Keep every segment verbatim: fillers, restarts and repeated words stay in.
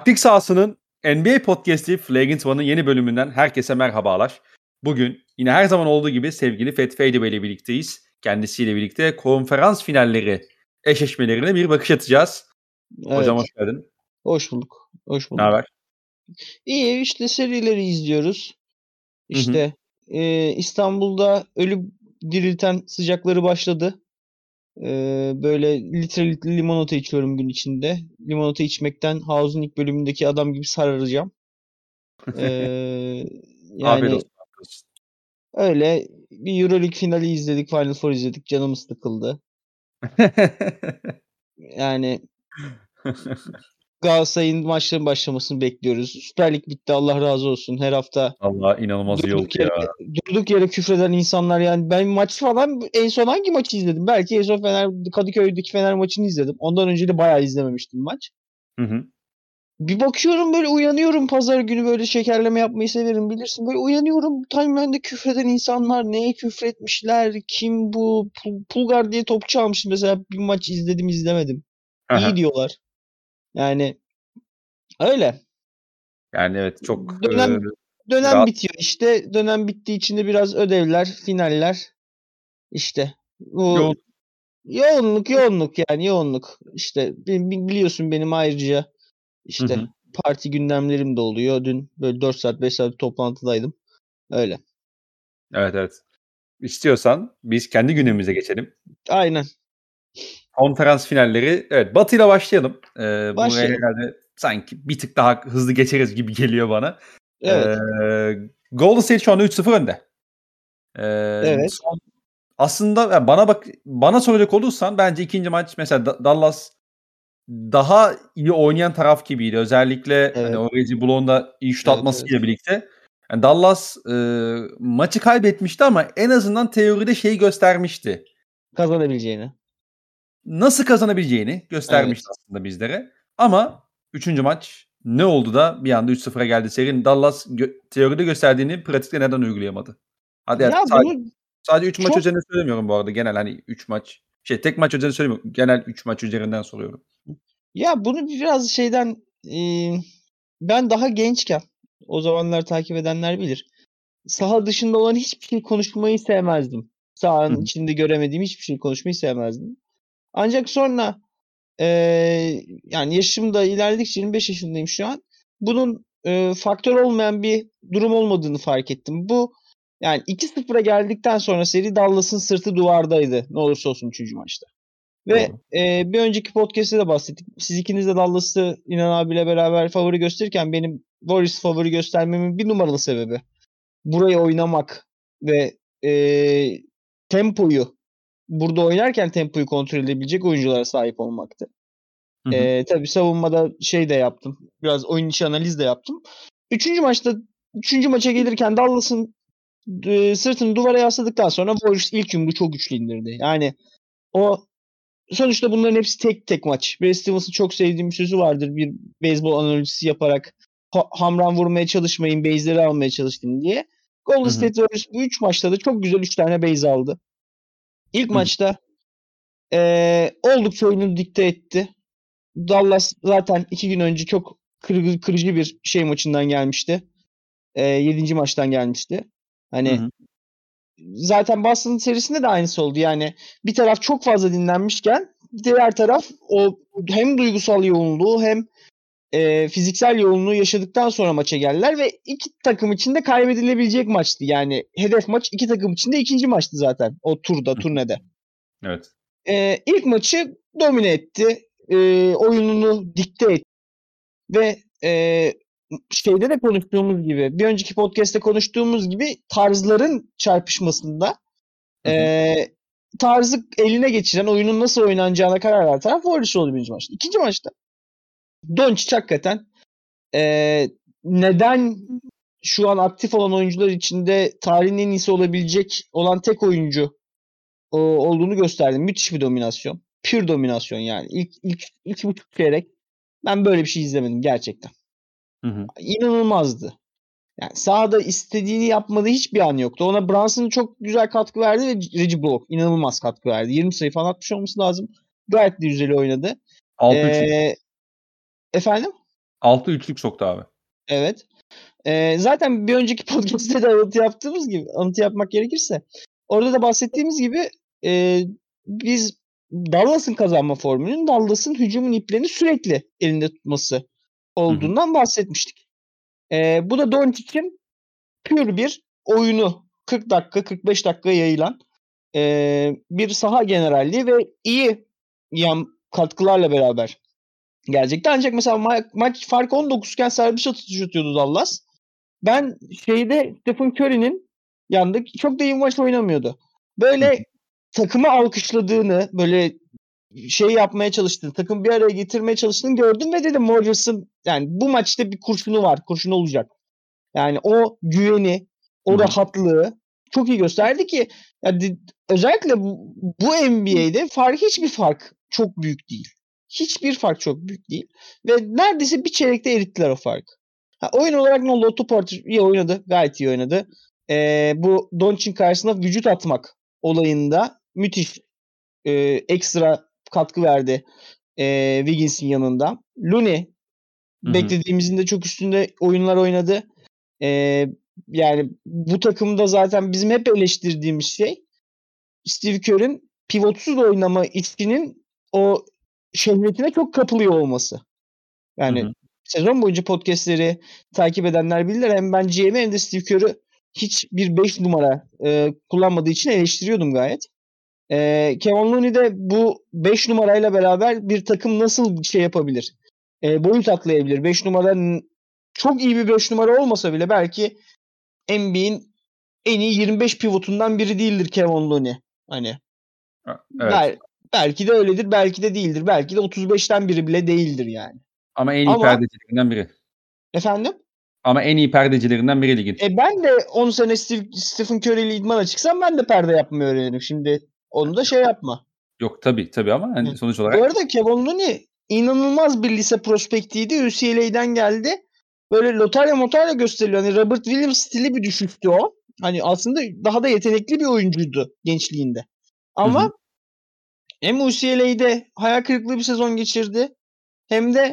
Taktik Sahası'nın N B A Podcast'i Flagrant One'ın yeni bölümünden herkese merhabalar. Bugün yine her zaman olduğu gibi sevgili Fethi Feydibe ile birlikteyiz. Kendisiyle birlikte konferans finalleri eşleşmelerine bir bakış atacağız. Hocam Evet. hoş geldin. Hoş bulduk. Hoş Ne bulduk. haber? İyi işte serileri izliyoruz. Hı hı. İşte e, İstanbul'da ölü dirilten sıcakları başladı. E, böyle litrelikli limonata içiyorum gün içinde. Limonata içmekten House'un ilk bölümündeki adam gibi sararacağım. E, Afiyet yani olsun. afiyet olsun. öyle bir Euroleague finali izledik. Final Four izledik. Canımız sıkıldı. Yani Galatasaray'ın maçların başlamasını bekliyoruz. Süper Lig bitti. Allah razı olsun. Her hafta Allah inanılmaz iyi oldu Durduk yere, ya. durduk yere küfreden insanlar yani ben maç falan en son hangi maçı izledim? Belki en son Fener Kadıköy'deki Fener maçını izledim. Ondan önce de bayağı izlememiştim maç. Hı hı. Bir bakıyorum böyle uyanıyorum pazar günü böyle şekerleme yapmayı severim bilirsin. Böyle uyanıyorum timeline'de küfreden insanlar neye küfretmişler? Kim bu? Pul- Pulgar diye topçu almıştım mesela bir maç izledim izlemedim. İyi Aha. diyorlar. Yani öyle. Yani evet çok e, Dönem dönem rahat. bitiyor işte. Dönem bittiği için de biraz ödevler, finaller. İşte bu Yoğun. yoğunluk yoğunluk yani yoğunluk. İşte bi- bi- biliyorsun benim ayrıca Hı işte hı. parti gündemlerim de oluyor. Dün böyle dört saat beş saat toplantıdaydım. Öyle. Evet evet. İstiyorsan biz kendi Hı hı. günümüze geçelim. Aynen. Konferans finalleri. Evet, Batı ile başlayalım. Eee buraya Başlayalım. herhalde sanki bir tık daha hızlı geçeriz gibi geliyor bana. Eee Evet. Golden State şu anda üç sıfır önde. Eee, Evet. son aslında ya bana bak bana soracak olursan bence ikinci maç mesela Da- Dallas daha iyi oynayan taraf gibiydi. Özellikle hani Evet. o Reggie Bullock'un da iyi şut Evet. Evet. atmasıyla birlikte. Yani Dallas eee, maçı kaybetmişti ama en azından teoride şeyi göstermişti. Kazanabileceğini. Nasıl kazanabileceğini göstermişti Evet. aslında bizlere. Ama üçüncü maç ne oldu da bir anda üç sıfıra geldi serinin. Dallas gö teoride gösterdiğini pratikte neden uygulayamadı? Hadi ya Ya sadece bunu sadece üç maç çok üzerinde söylemiyorum bu arada. Genel hani üç maç şey tek maç üzerinde söylemiyorum. Genel üç maç üzerinden soruyorum. ya bunu biraz şeyden eee, ben daha gençken o zamanlar takip edenler bilir. Saha dışında olan hiçbir şey konuşmayı sevmezdim. Hı Sahanın hı. içinde göremediğim hiçbir şey konuşmayı sevmezdim. Ancak sonra eee, yani yaşım da ilerledikçe yirmi beş yaşındayım şu an. Bunun eee, faktör olmayan bir durum olmadığını fark ettim. Bu yani iki sıfıra geldikten sonra seri Dallas'ın sırtı duvardaydı. Ne olursa olsun üçüncü maçta. Ve Doğru. eee, bir önceki podcast'te de bahsettik. Siz ikiniz de Dallas'ı İnan abiyle beraber favori gösterirken benim Warriors favori göstermemin bir numaralı sebebi burayı oynamak ve eee, tempoyu burada oynarken tempoyu kontrol edebilecek oyunculara sahip olmaktı. Hı hı. Eee tabii savunmada şey de yaptım. Biraz oyun içi analiz de yaptım. Üçüncü maçta üçüncü maça gelirken Dallas'ın eee, sırtını duvara yasladıktan sonra Warriors ilk yumruğu çok güçlü indirdi. Yani o sonuçta bunların hepsi tek tek maç. Brad Stevens'ın çok sevdiğim bir sözü vardır. Bir beyzbol analojisi yaparak ha- hamran vurmaya çalışmayın, base'leri almaya çalışın diye. Golden Hı hı. State Warriors bu üç maçta da çok güzel üç tane base aldı. İlk Hı hı. maçta eee, oldukça oyunu dikte etti. Dallas zaten iki gün önce çok kırıcı, kırıcı bir şey maçından gelmişti. Eee yedinci maçtan gelmişti. Hı Hani hı. zaten Boston serisinde de aynısı oldu. Yani bir taraf çok fazla dinlenmişken diğer taraf o hem duygusal yoğunluğu hem e, fiziksel yoğunluğu yaşadıktan sonra maça geldiler ve iki takım için de kaybedilebilecek maçtı. Yani hedef maç iki takım için de ikinci maçtı zaten o turda, Hı hı. turnede. Evet. E, ilk maçı domine etti. E, oyununu dikte etti ve e, şeyde de konuştuğumuz gibi bir önceki podcast'te konuştuğumuz gibi tarzların çarpışmasında Hı hı. Eee, tarzı eline geçiren, oyunun nasıl oynanacağına karar veren taraf Warriors oldu birinci maçta. İkinci maçta Doncic hakikaten eee, neden şu an aktif olan oyuncular içinde tarihin en iyisi olabilecek olan tek oyuncu o, olduğunu gösterdi. Müthiş bir dominasyon. Pure dominasyon yani. İlk, ilk iki buçuk çeyrek ben böyle bir şey izlemedim gerçekten. Hı hı. İnanılmazdı. Yani sahada istediğini yapmadığı hiçbir an yoktu. Ona Brunson çok güzel katkı verdi ve Reggie Bullock inanılmaz katkı verdi. yirmi sayı falan atmış olması lazım. Gayet de güzel oynadı. altı üç. Ee, efendim? altı üçlük soktu abi. Evet. Ee, zaten bir önceki podcast'te de alıntı yaptığımız gibi, alıntı yapmak gerekirse orada da bahsettiğimiz gibi e, biz Dallas'ın kazanma formülünün Dallas'ın hücumun iplerini sürekli elinde tutması olduğundan hı hı. bahsetmiştik. Ee, bu da Doncic'in pür bir oyunu kırk dakika kırk beş dakika yayılan e, bir saha generalliği ve iyi yan katkılarla beraber gelecekti. Ancak mesela ma- maç fark on dokuz iken serbest atış atıyordu Dallas. Ben şeyde Stephen Curry'nin yanında çok da iyi maç oynamıyordu. Böyle hı hı. takımı alkışladığını, böyle şey yapmaya çalıştığını, takım bir araya getirmeye çalıştığını gördüm ve dedim Warriors'ın yani bu maçta bir kurşunu var, kurşunu olacak. Yani o güveni, o Hı-hı. rahatlığı çok iyi gösterdi ki yani özellikle bu, bu N B A'de fark hiçbir fark çok büyük değil. Hiçbir fark çok büyük değil. Ve neredeyse bir çeyrekte erittiler o farkı. Ha, oyun olarak ne oldu? Otto Porter iyi oynadı. Gayet iyi oynadı. Ee, bu Doncic'in karşısına vücut atmak olayında müthiş e, ekstra katkı verdi e, Wiggins'in yanında. Looney Hı-hı. beklediğimizin de çok üstünde oyunlar oynadı. Ee, yani bu takımda zaten bizim hep eleştirdiğimiz şey Steve Kerr'in pivotsuz oynama içkinin o şehvetine çok kapılıyor olması. Yani hı hı. sezon boyunca podcastleri takip edenler bilirler. Hem ben G M'i hem de Steve Kerr'ü hiç bir beş numara e, kullanmadığı için eleştiriyordum gayet. E, Kevin Looney de bu beş numarayla beraber bir takım nasıl şey yapabilir? E, boyut atlayabilir. beş numara çok iyi bir beş numara olmasa bile belki N B A'in en iyi yirmi beş pivotundan biri değildir Kevin Looney. Hani evet. Bel- belki de öyledir, belki de değildir. Belki de otuz beşten biri bile değildir yani. Ama en iyi Ama perdecilerinden biri. Efendim? Ama en iyi perdecilerinden biri ligin. E ben de on sene Steve, Stephen Curry ile idmana çıksam ben de perde yapmayı öğrenirim. Şimdi onu da şey yapma. Yok tabii tabii ama hani sonuç olarak. Bu arada Kevin Looney inanılmaz bir lise prospektiydi. U C L A'den geldi. Böyle lotarya motarya gösteriliyor. Hani Robert Williams stili bir düşüştü o. Hani aslında daha da yetenekli bir oyuncuydu gençliğinde. Ama hı hı. hem U C L A'de hayal kırıklığı bir sezon geçirdi. Hem de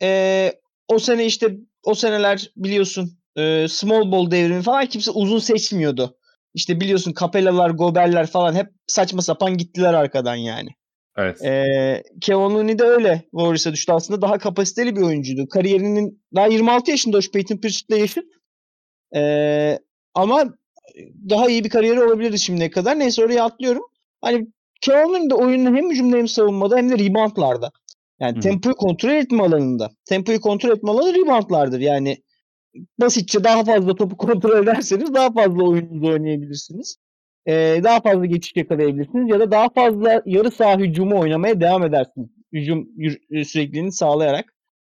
e, o sene işte o seneler biliyorsun e, small ball devrimi falan kimse uzun seçmiyordu. İşte biliyorsun Capella'lar, Gobert'ler falan hep saçma sapan gittiler arkadan yani. Evet. Ee, Kevin Looney de öyle Warriors'a düştü. Aslında daha kapasiteli bir oyuncuydu. Kariyerinin daha yirmi altı yaşında o Peyton Pritchard'la yaşıt. Ee, ama daha iyi bir kariyeri olabilirdi şimdiye kadar. Neyse oraya atlıyorum. Hani Kevin Looney de oyunun hem hücumda hem savunmada hem de reboundlarda. Yani Hı-hı. tempoyu kontrol etme alanında. Tempoyu kontrol etme alanı reboundlardır. Yani basitçe daha fazla topu kontrol ederseniz daha fazla oyununuzu oynayabilirsiniz. Ee, daha fazla geçiş yakalayabilirsiniz ya da daha fazla yarı saha hücumu oynamaya devam edersiniz. Hücum sürekliliğini sağlayarak.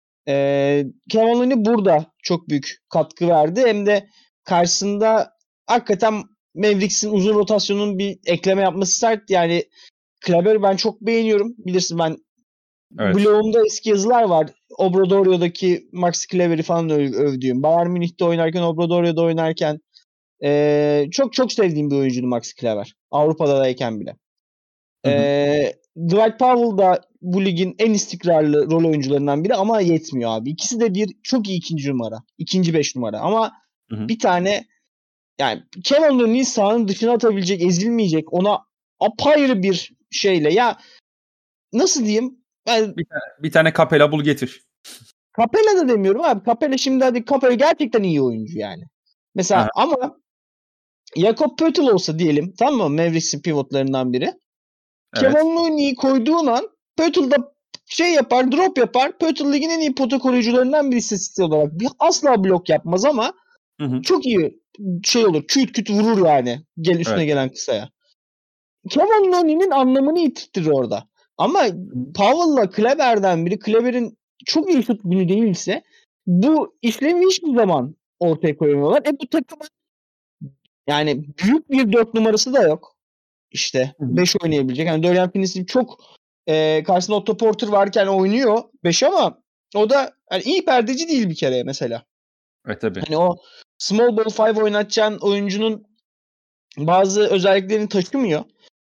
Ee, Kevin Looney burada çok büyük katkı verdi. Hem de karşısında hakikaten Mavericks'in uzun rotasyonun bir ekleme yapması sert. Yani Kleber ben çok beğeniyorum. Bilirsin ben evet. Blogumda eski yazılar var. Obradorio'daki Max Kleber'i falan öv- övdüğüm. Bayern Münih'te oynarken, Obradorio'da oynarken ee, çok çok sevdiğim bir oyuncuydu Max Kleber. Avrupa'dayken bile. Ee, Dwight Powell da bu ligin en istikrarlı rol oyuncularından biri ama yetmiyor abi. İkisi de bir çok iyi ikinci numara. İkinci beş numara. Ama hı hı. bir tane yani Kevin Looney'i sahanın dışına atabilecek, ezilmeyecek, ona apayrı bir şeyle ya nasıl diyeyim? Yani, bir tane, bir tane Capella bul getir. Capella da demiyorum abi. Capella şimdi hadi Capella gerçekten iyi oyuncu yani. Mesela Aha. ama Jakob Poeltl olsa diyelim, tamam mı? Mavericks'in pivotlarından biri. Evet. Kevin Looney'i koyduğun an Poeltl da şey yapar, drop yapar. Poeltl ligin en iyi pota koruyucularından bir istatistik olarak. Bir, asla blok yapmaz ama hı hı. çok iyi şey olur. Küt küt vurur yani. Gel üstüne evet. gelen kısaya. Kevin Looney'nin anlamını yitirtir orada. Ama Powell'la Kleber'den biri, Kleber'in çok iyi şut günü değilse bu işlemi hiçbir zaman ortaya koyamıyorlar. E bu takımın yani büyük bir dört numarası da yok. İşte beş oynayabilecek. Yani Dorian Finney-Smith çok e, karşısında Otto Porter varken oynuyor beş ama o da yani iyi perdeci değil bir kere mesela. Evet tabii. Hani o small ball five oynatacağın oyuncunun bazı özelliklerini taşımıyor.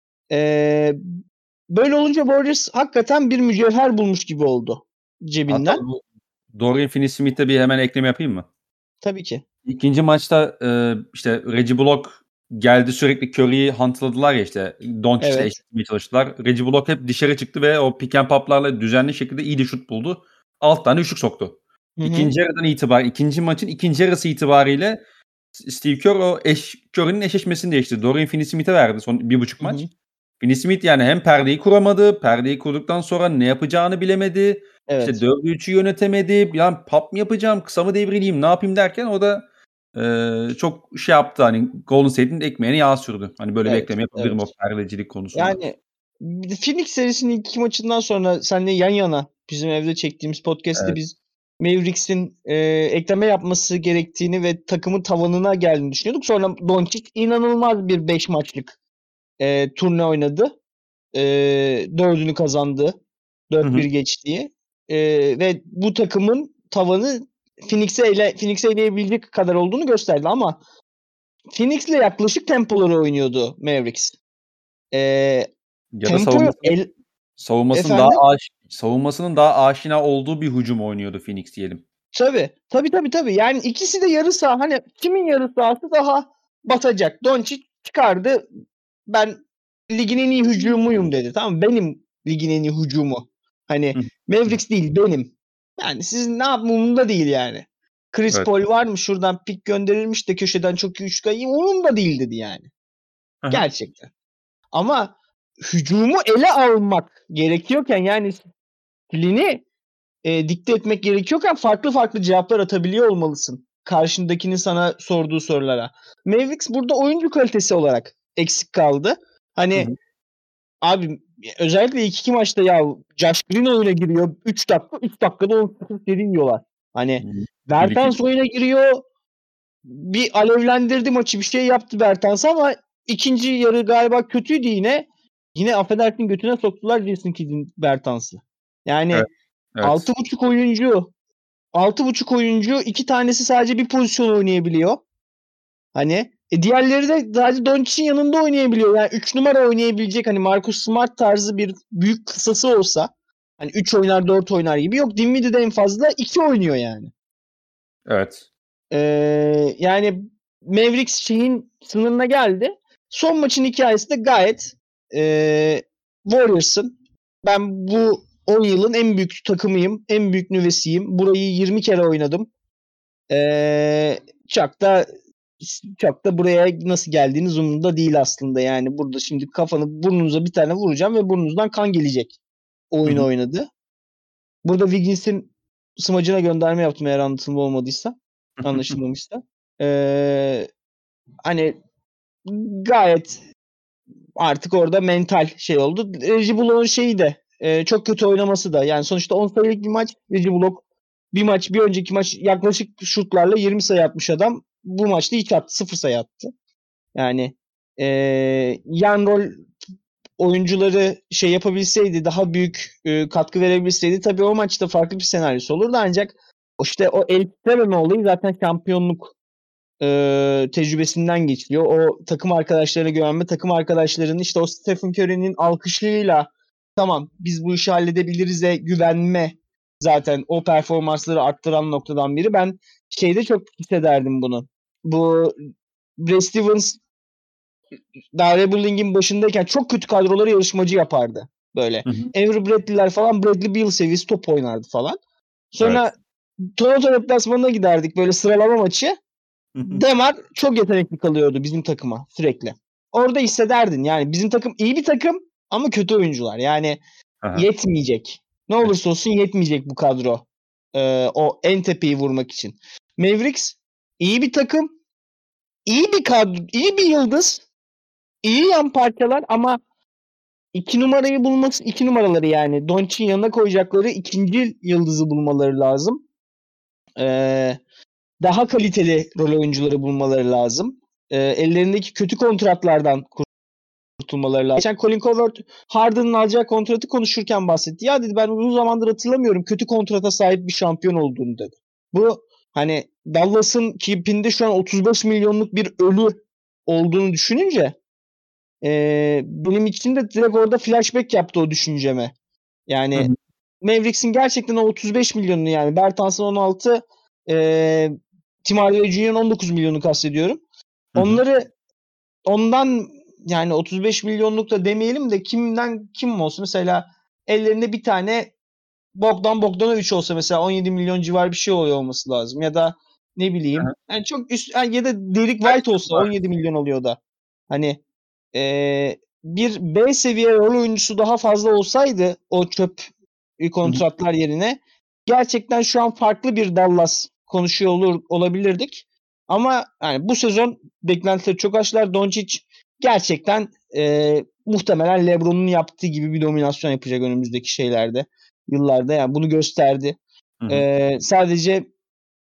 Ee, böyle olunca Warriors hakikaten bir mücevher bulmuş gibi oldu cebinden. Bu, Dorian Finney-Smith'e bir hemen ekleme yapayım mı? Tabii ki. İkinci maçta, eee, işte Reggie Bullock geldi, sürekli Curry'i hunt'ladılar ya işte. Doncic'le Evet. eşitlemeye çalıştılar. Reggie Bullock hep dışarı çıktı ve o pick and pop'larla düzenli şekilde iyi de şut buldu. altı tane üçlük soktu. Hı hı. İkinci yarıdan itibaren, ikinci maçın ikinci yarısı itibariyle S Steve Kerr o eş Curry'nin eşleşmesini değiştirdi. Dorian Finney-Smith'e verdi son bir buçuk Hı hı. maç. Finney-Smith yani hem perdeyi kuramadı, perdeyi kurduktan sonra ne yapacağını bilemedi. İşte Evet. dördü üçü yönetemedi. Ya pop mu yapacağım, kısa mı devrileyim, ne yapayım derken o da, eee, çok şey yaptı, hani Golden State'in ekmeğine yağ sürdü. Hani böyle bir Evet, ekleme yapabilirim o evet. perdecilik konusunda. Yani bir de Phoenix serisinin ilk iki maçından sonra seninle yan yana bizim evde çektiğimiz podcast'te Evet. biz Mavericks'in, eee, ekleme yapması gerektiğini ve takımın tavanına geldiğini düşünüyorduk. Sonra Doncic inanılmaz bir beş maçlık, eee, turne oynadı. Eee, dördünü kazandı. Hı dört bir hı. geçtiği. Eee, ve bu takımın tavanı Phoenix'i ele Phoenix'i eleyebilecek kadar olduğunu gösterdi ama Phoenix'le yaklaşık tempoları oynuyordu Mavericks. Eee, Ya da tempoyu savunmasının el savunmasının daha Efendim? aş savunmasının daha aşina olduğu bir hücum oynuyordu Phoenix diyelim. Tabii. Tabii, tabii, tabii. Yani ikisi de yarı saha. Hani kimin yarı sahası daha batacak? Doncic çıkardı. Ben ligin en iyi hücumuyum dedi. Tamam mı? Benim ligin en iyi hücumu. Hani Hı hı. Hı hı. Mavericks değil benim. Yani sizin ne yapma umurumda değil yani. Chris Evet. Paul var mı? Şuradan pik gönderilmiş de köşeden çok iyi üçlük atayım. Umurumda değil dedi yani. Hı hı. Gerçekten. Ama hücumu ele almak gerekiyorken yani stilini eee, dikte etmek gerekiyorken farklı farklı cevaplar atabiliyor olmalısın karşındakinin sana sorduğu sorulara. Mavericks burada oyuncu kalitesi olarak eksik kaldı. Hı Hani hı. abi özellikle ilk iki maçta ya Josh Green oyuna giriyor. üç dakika üç dakikada on sekiz seri yiyorlar. Hani Hı hı. Bir iki Bertans oyuna giriyor. Bir alevlendirdi maçı bir şey yaptı Bertans ama ikinci yarı galiba kötüydü yine. Yine affedersin götüne soktular Jason Kidd'in Bertans'ı. Evet, Yani altı evet. buçuk oyuncu altı buçuk oyuncu iki tanesi sadece bir pozisyon oynayabiliyor. Hani e diğerleri de sadece Doncic'in yanında oynayabiliyor. Yani üç numara oynayabilecek hani Marcus Smart tarzı bir büyük kısası olsa hani üç oynar dört oynar gibi yok. Dinwiddie de en fazla iki oynuyor yani. Evet. Ee, yani Mavericks şeyin sınırına geldi. Son maçın hikayesi de gayet e, Warriors'ın ben bu on yılın en büyük takımıyım. En büyük nüvesiyim. Burayı yirmi kere oynadım. Ee, çok da çok da buraya nasıl geldiğiniz umurumda değil aslında. Yani burada şimdi kafanı burnunuza bir tane vuracağım ve burnunuzdan kan gelecek. Hı Oyun hı. oynadı. Burada Wiggins'in smacına gönderme yaptım eğer anlatımlı olmadıysa. Anlaşılmamışsa. Ee, hani gayet artık orada mental şey oldu. Reggie Bullock'un şeyi de e, çok kötü oynaması da. Yani sonuçta on sayılık bir maç. Reggie Bullock bir maç bir önceki maç yaklaşık şutlarla yirmi sayı atmış adam. Bu maçta hiç attı. Sıfır sayı attı. Yani e, yan rol oyuncuları şey yapabilseydi daha büyük e, katkı verebilseydi tabii o maçta farklı bir senaryosu olurdu ancak işte o el titrememe olayı zaten şampiyonluk e, tecrübesinden geçiyor. O takım arkadaşlarına güvenme, takım arkadaşlarının işte o Stephen Curry'nin alkışıyla tamam biz bu işi halledebiliriz'e güvenme zaten o performansları arttıran noktadan biri. Ben şeyde çok hissederdim bunu. Bu Brad Stevens daha Rebel League'in başındayken çok kötü kadroları yarışmacı yapardı. Böyle. Hı hı. Avery Bradley'ler falan Bradley Beal seviyesi top oynardı falan. Sonra Evet. Toronto deplasmanına giderdik böyle sıralama maçı. Hı hı. Demar çok yetenekli kalıyordu bizim takıma sürekli. Orada hissederdin yani bizim takım iyi bir takım ama kötü oyuncular. Yani Hı hı. yetmeyecek. Ne olursa olsun yetmeyecek bu kadro. Ee, o en tepeyi vurmak için. Mavericks iyi bir takım, iyi bir kadro, iyi bir yıldız, iyi yan parçalar ama iki numarayı bulması, iki numaraları yani Doncic'in yanına koyacakları ikinci yıldızı bulmaları lazım. Ee, daha kaliteli rol oyuncuları bulmaları lazım. Ee, ellerindeki kötü kontratlardan kurtulmaları lazım. Geçen Colin Cowherd Harden'ın alacağı kontratı konuşurken bahsetti. Ya dedi ben uzun zamandır hatırlamıyorum kötü kontrata sahip bir şampiyon olduğunu dedi. Bu hani Dallas'ın kipinde şu an otuz beş milyonluk bir ölü olduğunu düşününce e, benim için de direkt orada flashback yaptı o düşünceme. Hı Yani hı. Mavericks'in gerçekten o otuz beş milyonunu yani Bertans'ın on altı, e, Tim Hardaway Junior'ın on dokuz milyonunu kastediyorum. Hı hı. Onları ondan yani otuz beş milyonluk da demeyelim de kimden kim olsun mesela ellerinde bir tane Bogdan Bogdanovic olsa mesela on yedi milyon civar bir şey oluyor olması lazım ya da ne bileyim Hı hı. yani çok üst yani ya da Derek White olsa on yedi milyon oluyor da hani eee, bir B seviye rol oyuncusu daha fazla olsaydı o çöp kontratlar yerine gerçekten şu an farklı bir Dallas konuşuyor olur olabilirdik. Ama yani bu sezon beklentileri çok aşılar. Doncic gerçekten eee, muhtemelen LeBron'un yaptığı gibi bir dominasyon yapacak önümüzdeki şeylerde, yıllarda. Yani bunu gösterdi. Hı hı. Eee, sadece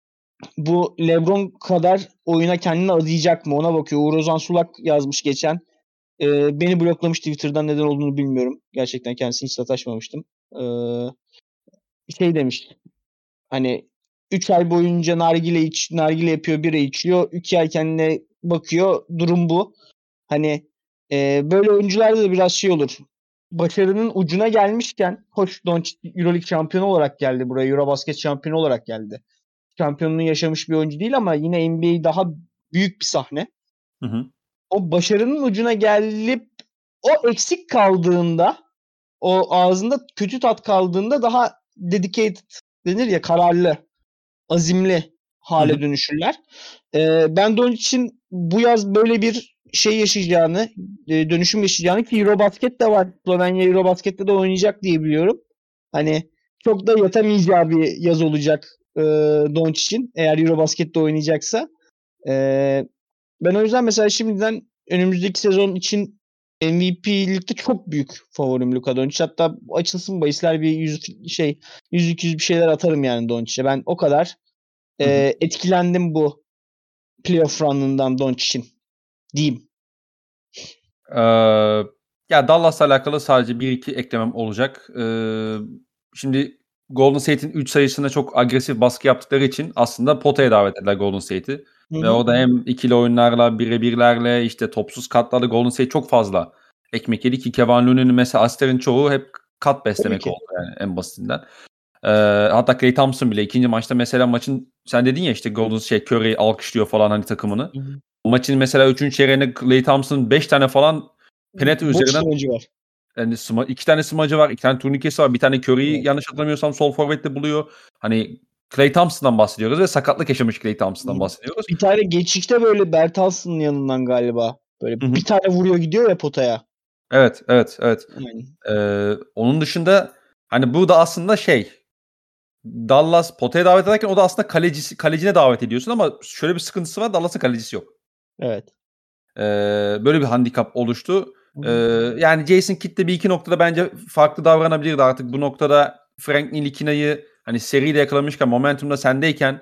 bu LeBron kadar oyuna kendini adayacak mı ona bakıyor. Uğur Ozan Sulak yazmış geçen. Eee, beni bloklamış Twitter'dan, neden olduğunu bilmiyorum. Gerçekten kendisini hiç sataşmamıştım. Eee, şey demiş. Hani üç ay boyunca nargile iç, nargile yapıyor, bira içiyor. iki ay kendine bakıyor. Durum bu. Hani e, böyle oyuncularda da biraz şey olur. Başarının ucuna gelmişken, hoş Doncic Euroleague şampiyonu olarak geldi buraya. Eurobasket şampiyonu olarak geldi. Şampiyonluğu yaşamış bir oyuncu değil ama yine N B A daha büyük bir sahne. Hı hı. O başarının ucuna gelip o eksik kaldığında, o ağzında kötü tat kaldığında daha dedicated denir ya, kararlı, azimli Hı hı. hale dönüşürler. Ee, ben Doncic'in bu yaz böyle bir şey yaşayacağını, e, dönüşüm yaşayacağını, ki Eurobasket de var. Slovenya Eurobasket'te de oynayacak diye biliyorum. Hani çok da yatamayacağı bir yaz olacak e, Doncic'in eğer Eurobasket'te oynayacaksa. E, ben o yüzden mesela şimdiden önümüzdeki sezon için M V P'likte çok büyük favorim Luka Doncic. Hatta açılsın bahisler bir yüz şey yüz iki yüz bir şeyler atarım yani Doncic'e. Ben o kadar Hı hı. e, etkilendim bu playoff run'ından Doncic'in diyeyim. Ee, ya Dallas'la alakalı sadece bir iki eklemem olacak. Ee, şimdi Golden State'in üç sayısına çok agresif baskı yaptıkları için aslında potaya davet ettiler Golden State'i. Hı Ve hı. o da hem ikili oyunlarla, birebirlerle, işte topsuz katlarla Golden State çok fazla ekmek yedi ki Kevin Looney'nin mesela asistlerin çoğu hep kat Tabii beslemek ki. oldu yani en basitinden. Ee, hatta Klay Thompson bile ikinci maçta mesela maçın sen dedin ya işte Golden State Curry alkışlıyor falan hani takımını. Hı hı. Maçın mesela üçüncü çeyreğinde Klay Thompson beş tane falan penetre Boş üzerinden oyuncu var. yani sma iki tane smacı var, iki tane turnikesi var. Bir tane Curry'i Evet. yanlış hatırlamıyorsam sol forvette buluyor. Hani Klay Thompson'dan bahsediyoruz ve sakatlık yaşamış Klay Hı Thompson'dan hı. bahsediyoruz. Bir tane geçişte böyle Bertans'ın yanından galiba. Böyle Hı hı. bir tane vuruyor gidiyor ya potaya. Evet, evet, evet. Yani. Eee, onun dışında hani bu da aslında şey Dallas potaya davet ederken o da aslında kalecisi kalecine davet ediyorsun ama şöyle bir sıkıntısı var. Dallas'ın kalecisi yok. Evet. Eee, böyle bir handikap oluştu. Hı Eee, hı. yani Jason Kidd de bir iki noktada bence farklı davranabilirdi artık. Bu noktada Frank Ntilikina'yı hani seriyle yakalamışken, momentumda sendeyken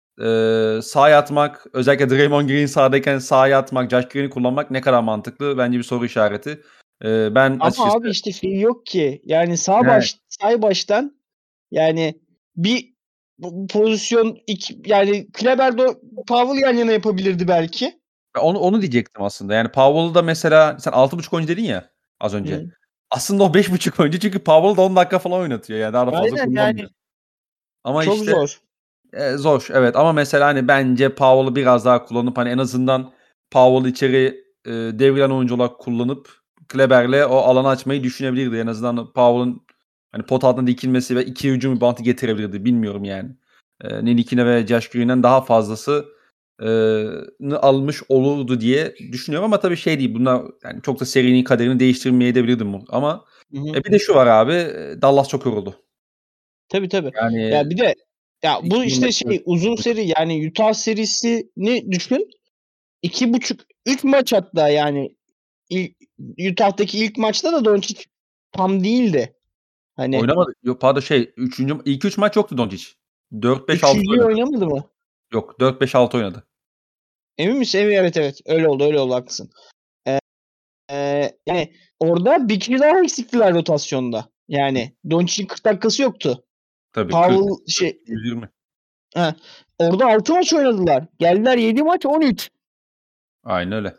eee sahaya atmak, özellikle Draymond Green sahadayken sahaya atmak, Josh Green'i kullanmak ne kadar mantıklı? Bence bir soru işareti. Eee, ben Ama açıkçası abi işte şey yok ki. Yani sağ Evet. baş sağ baştan yani bir bu pozisyon iki, yani Kleber Powell yan yana yapabilirdi belki. Onu onu diyecektim aslında. Yani Powell'ı da mesela sen altı buçuk oyuncu dedin ya az önce. Hı. Aslında o beş buçuk oyuncu çünkü Powell da on dakika falan oynatıyor yani daha da fazla Aynen yani kullanmıyor. Ama çok işte zor. Eee, zor, evet ama mesela, hani, bence Powell'ı biraz daha kullanıp, hani, en azından Powell'ı içeri, eee, devrilen oyuncu olarak kullanıp Kleber'le o alanı açmayı düşünebilirdi. En azından Powell'ın, hani, pot altına dikilmesi ve iki hücum rebound'ı getirebilirdi. Bilmiyorum yani. Eee, Ntilikina ve Josh Green'den daha fazlası eee, nı almış olurdu diye düşünüyorum ama tabii şey değil, bunlar, yani, çok da serinin kaderini değiştirmeyebilirdi mu ama Hı hı. e, bir de şu var abi, eee, Dallas çok yoruldu. Tabii, tabii. Yani Ya bir de ya bu iki işte maçı şey uzun seri yani Utah serisini düşün. iki buçuk üç maç hatta yani ilk, Utah'taki ilk maçta da Doncic tam değildi. Hani Oynamadı. Yok pardon şey üçüncü ilk üç maç yoktu Doncic. dört beş altı üçüncüyü oynadı. oynamadı mı? Yok dört beş altı oynadı. Emin misin? Evet, evet, evet. Öyle oldu, öyle oldu, haklısın. Ee, yani orada bir kişi daha eksiktiler rotasyonda. Yani Doncic'in kırk dakikası yoktu. Tabii kırk, Powell kırk, şey yüz yirmi. he, orada altı maç oynadılar. Geldiler yedi maç on üç. Aynen öyle.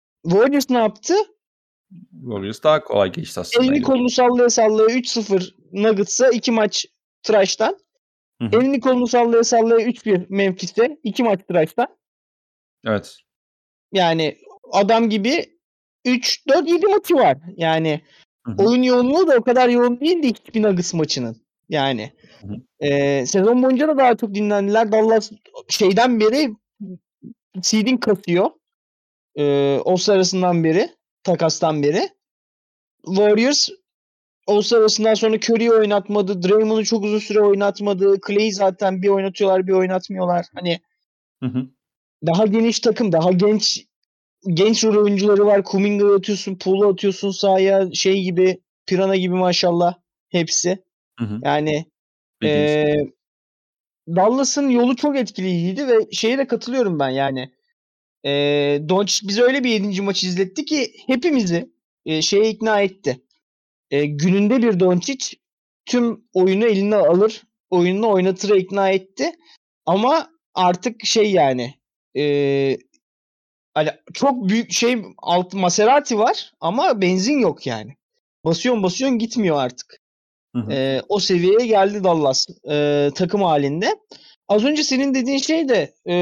Warriors ne yaptı? Warriors daha kolay geçti aslında Elini ligde. kolunu sallaya sallaya üç sıfır Nuggets'a iki maç trash'tan. Hı hı. Elini kolunu sallaya sallaya üç bir Memphis'te iki maç trash'tan. Evet. Yani adam gibi üç dört yedi maçı var. Yani Hı hı. oyun yoğunluğu da o kadar yoğun değildi hiçbir Nuggets maçının. Yani Hı hı. e, sezon boyunca da daha çok dinlendiler. Dallas şeyden beri seeding kasıyor. E, o sırasından beri, takastan beri. Warriors o sırasından sonra Curry'i oynatmadı. Draymond'u çok uzun süre oynatmadı. Clay'i zaten bir oynatıyorlar bir oynatmıyorlar. Hani Hı hı. daha geniş takım, daha genç genç rol oyuncuları var. Kuminga'yı atıyorsun, Poole'u atıyorsun sahaya. Şey gibi, Pirana gibi maşallah hepsi. Hı hı. Yani Bildiğiniz. e, Dallas'ın yolu çok etkileyiciydi ve şeye de katılıyorum ben yani. E, Doncic bize öyle bir yedinci maç izletti ki hepimizi e, şeye ikna etti. E, gününde bir Doncic tüm oyunu eline alır, oyununu oynatıra ikna etti. Ama artık şey yani e, hani çok büyük şey alt Maserati var ama benzin yok yani. Basıyorsun basıyorsun gitmiyor artık. Hı hı. E, o seviyeye geldi Dallas e, takım halinde. Az önce senin dediğin şey de e,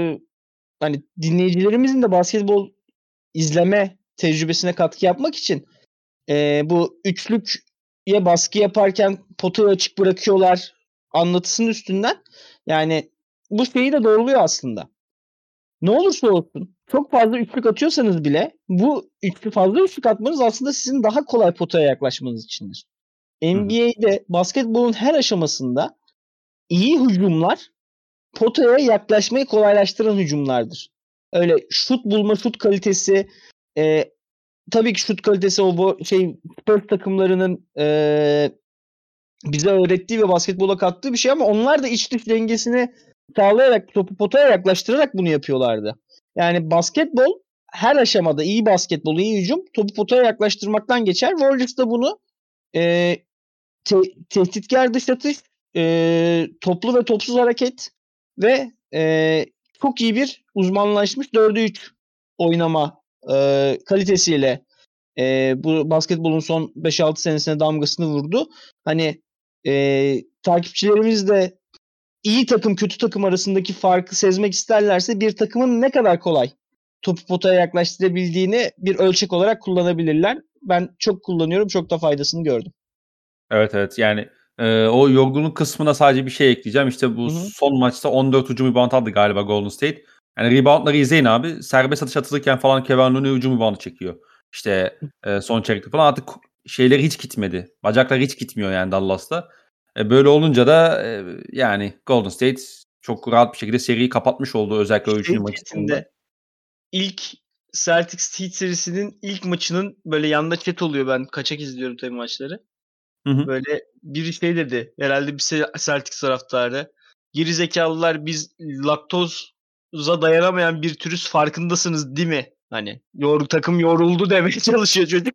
hani dinleyicilerimizin de basketbol izleme tecrübesine katkı yapmak için e, bu üçlükye baskı yaparken potayı açık bırakıyorlar anlatısının üstünden. Yani bu şeyi de doğruluyor aslında. Ne olursa olsun çok fazla üçlük atıyorsanız bile bu üçlü fazla üçlük atmanız aslında sizin daha kolay potaya yaklaşmanız içindir. Hı hı. N B A'de basketbolun her aşamasında iyi hücumlar potaya yaklaşmayı kolaylaştıran hücumlardır. Öyle şut bulma, şut kalitesi e, tabii ki şut kalitesi o bu şey Spurs takımlarının e, bize öğrettiği ve basketbola kattığı bir şey ama onlar da iç dış dengesini sağlayarak topu potaya yaklaştırarak bunu yapıyorlardı. Yani basketbol her aşamada iyi basketbol, iyi hücum topu potaya yaklaştırmaktan geçer. Warriors da bunu e, te- tehditkar dış atış, e, toplu ve topsuz hareket ve e, çok iyi bir uzmanlaşmış dörde üç oynama e, kalitesiyle e, bu basketbolun son beş altı senesine damgasını vurdu. Hani e, takipçilerimiz de iyi takım kötü takım arasındaki farkı sezmek isterlerse bir takımın ne kadar kolay topu potaya yaklaştırabildiğini bir ölçek olarak kullanabilirler. Ben çok kullanıyorum, çok da faydasını gördüm. Evet, evet. Yani, eee, o yorgunluk kısmına sadece bir şey ekleyeceğim. İşte bu Hı hı. son maçta on dört hücum rebound aldı galiba Golden State. Yani rebound'ları izleyin abi. Serbest atış atılırken falan Kevin Looney hücum reboundu çekiyor. İşte, eee, son çeyrekte falan artık şeyleri hiç gitmedi. Bacakları hiç gitmiyor yani Dallas'ta. E, böyle olunca da, eee, yani Golden State çok rahat bir şekilde seriyi kapatmış oldu özellikle o Şey üçüncü maçın sonunda. chatinde ilk Celtics Heat serisinin ilk maçının böyle yanda chat oluyor. Ben kaçak izliyorum tabii maçları. Hı hı. Böyle biri şey dedi. Herhalde bir Se- Celtics taraftarı. Geri zekalılar biz laktoza dayanamayan bir türüz farkındasınız değil mi? Hani yor, takım yoruldu demeye çalışıyor çocuk.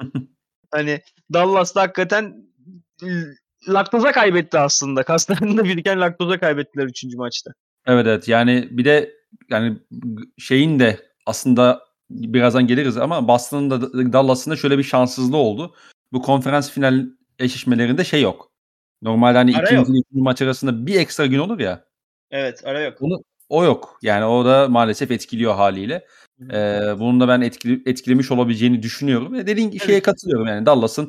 Hani Dallas'ta hakikaten l- laktoza kaybetti aslında. Kaslarında biriken laktoza kaybettiler üçüncü maçta. Evet, evet. Yani bir de yani g şeyin de aslında birazdan geliriz ama Boston'ın da D Dallas'ın da şöyle bir şanssızlığı oldu. Bu konferans final eşleşmelerinde şey yok. Normalde, hani, Ara ikinci yok. ile üçüncü maç arasında bir ekstra gün olur ya, Evet, ara yok. onu o yok. Yani o da maalesef etkiliyor hâliyle. Hı hı. Eee, bunun da ben etkili etkilemiş olabileceğini düşünüyorum ve dediğin Tabii şeye ki. katılıyorum yani Dallas'ın,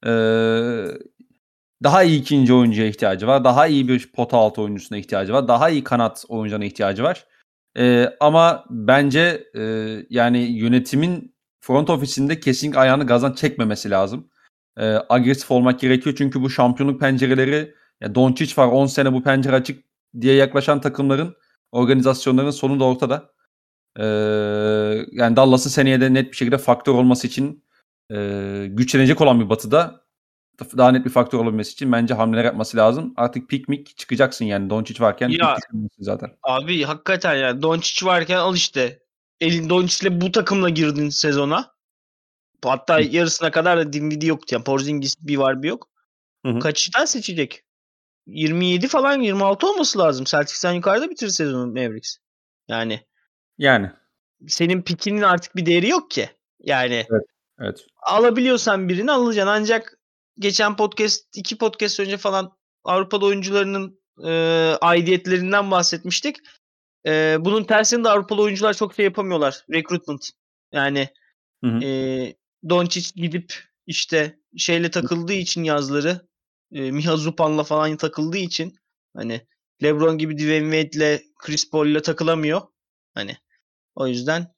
eee daha iyi ikinci oyuncuya ihtiyacı var. Daha iyi bir pota altı oyuncusuna ihtiyacı var. Daha iyi kanat oyuncularına ihtiyacı var. Eee, ama bence, eee, yani yönetimin front ofisinde kesinlikle ayağını gazdan çekmemesi lazım. Eee, agresif olmak gerekiyor çünkü bu şampiyonluk pencereleri ya Doncic var on sene bu pencere açık diye yaklaşan takımların, organizasyonların sonu da ortada. Eee, yani Dallas'ın seneye de net bir şekilde faktör olması için, eee, güçlenecek olan bir Batı'da daha net bir faktör olabilmesi için bence hamleler yapması lazım. Artık pik mik çıkacaksın yani Doncic varken pik Ya düşünmüyorsun zaten. abi hakikaten yani Doncic varken al işte. Elin Doncic'le bu takımla girdin sezona. Hatta Hı. yarısına kadar da Dinwiddie yoktu. Yani Porzingis bir var bir yok. Hı hı. Kaçtan seçecek? yirmi yedi falan yirmi altı olması lazım. Celtics'ten yukarıda bitirir sezonu Mavericks. Yani Yani. senin pikinin artık bir değeri yok ki. Yani Evet. Evet. alabiliyorsan birini alacaksın ancak geçen podcast, iki podcast önce falan Avrupa'da oyuncularının e, aidiyetlerinden bahsetmiştik. E, bunun tersinde Avrupalı oyuncular çok şey yapamıyorlar. Recruitment. Yani Hı hı. e, Doncic gidip işte şeyle takıldığı için yazları e, Miha Zupan'la falan takıldığı için hani LeBron gibi Dwayne Wade'le Chris Paul'la takılamıyor. Hani o yüzden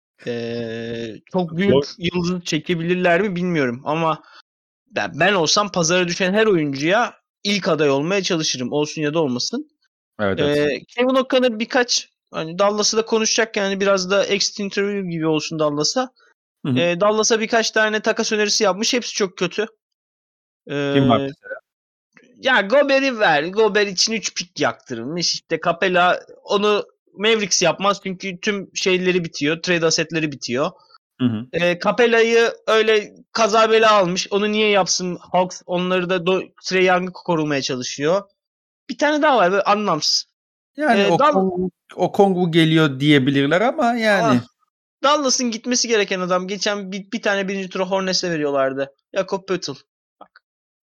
e, çok büyük Doğru. yıldız çekebilirler mi bilmiyorum ama ben, ben olsam pazara düşen her oyuncuya ilk aday olmaya çalışırım. Olsun ya da olmasın. Evet, Ee, evet. Kevin O'Connor birkaç hani Dallas'ı da konuşacak yani biraz da exit interview gibi olsun Dallas'a. Hı hı. Ee, Dallas'a birkaç tane takas önerisi yapmış. Hepsi çok kötü. Kim var Ee, mesela? ya Gobert'i ver. Gobert için üç pik yaktırılmış. İşte Capela onu Mavericks yapmaz çünkü tüm şeyleri bitiyor. Trade asetleri bitiyor. Hı hı. E, Capela'yı öyle kaza bela almış. Onu niye yapsın? Hawks onları da do- Trae Young'ı korumaya çalışıyor. Bir tane daha var böyle anlamsız. Yani E, o Dal Kongu, o Kongu geliyor diyebilirler ama yani ah, Dallas'ın gitmesi gereken adam. Geçen bir, bir tane birinci tura Hornets'e veriyorlardı. Jakob Poeltl. Bak.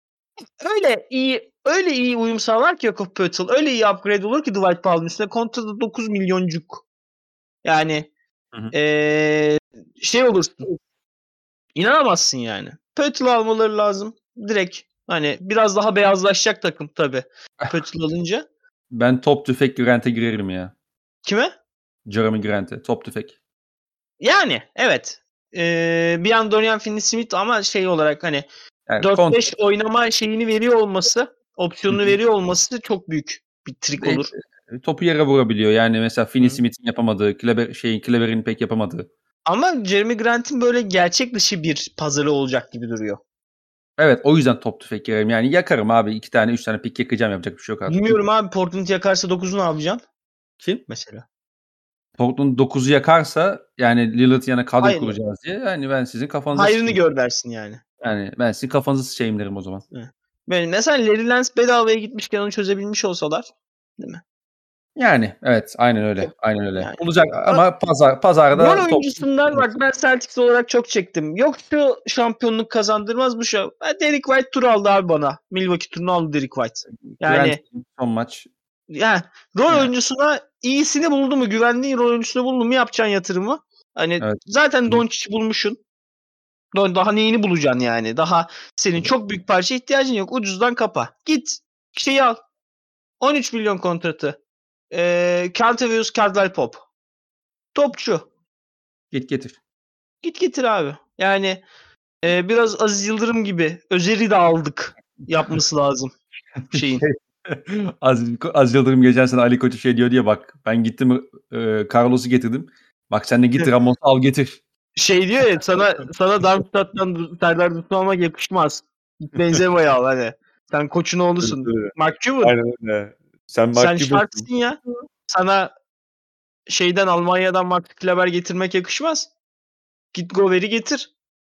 Öyle iyi öyle iyi uyum sağlar ki Jakob Poeltl. Öyle iyi upgrade olur ki Dwight Powell'ın üstüne. Kontratı dokuz milyoncuk. Yani hı hı. ee, şey olursun. İnanamazsın yani. Pötl almaları lazım. Direkt hani biraz daha beyazlaşacak takım tabii. Pötl alınca. Ben top tüfek Grant'e girerim ya. Kime? Jeremy Grant'e top tüfek. Yani evet. Ee, bir an Dorian Finney-Smith ama şey olarak hani Yani dört kont beş oynama şeyini veriyor olması, Hı opsiyonunu hı. veriyor olması çok büyük bir trik E, olur. topu yere vurabiliyor. Yani mesela Hı. Finney-Smith'in yapamadığı, Kleber şeyin Kleber'in pek yapamadığı. Ama Jeremy Grant'in böyle gerçek dışı bir pazarı olacak gibi duruyor. Evet, o yüzden top tüfek girerim. Yani yakarım abi iki tane üç tane pik yakacağım yapacak bir şey yok artık. Bilmiyorum abi Portland yakarsa dokuzu ne yapacaksın? Kim? Mesela. Portland dokuzu yakarsa yani Lillard yana kadro Hayır. kuracağız diye yani ben sizin kafanıza Hayrını sıçayım. gör dersin yani. Yani ben sizin kafanızı sıçayım derim o zaman. Evet. Ben mesela Larry Nance bedavaya gitmişken onu çözebilmiş olsalar, değil mi? Yani evet aynen öyle. Çok Aynen öyle. yani. Olacak A- ama pazar Rol pazarda top. oyuncusundan bak ben Celtics olarak çok çektim. Yok şu şampiyonluk kazandırmaz bu şu. Ha, Derek White tur aldı abi bana. Milwaukee turunu aldı Derek White. Grant Yani son maç. yani rol Yani oyuncusuna iyisini buldu mu, güvendiğin rol oyuncusunu buldu mu yapacaksın yatırımı. Hani evet. zaten Hı hı. Doncic'i bulmuşsun. Don- Daha neyini bulacaksın yani? Daha senin çok büyük parça ihtiyacın yok. Ucuzdan kapa. Git şeyi al. on üç milyon kontratı. Ee, Kentavius Caldwell Pop. Topçu. Git getir. Git getir abi. Yani e, biraz Aziz Yıldırım gibi Özer'i de aldık yapması lazım şeyin. Şey, Aziz, Aziz Yıldırım geçen sene Ali Koç'a şey diyor diye bak ben gittim e, Carlos'u getirdim. Bak sen de git Ramos'u al getir. Şey diyor ya sana sana Darmstadt'tan Serdar Dursun almak yakışmaz. Git Benzema'yı al hani. Sen koçun Evet, oğlusun. evet. Mark Cuban. Aynen öyle. Sen Sen Mark Cuban'sın. şartsın ya. Sana şeyden Almanya'dan Max Kleber getirmek yakışmaz. Git Gobert'i getir.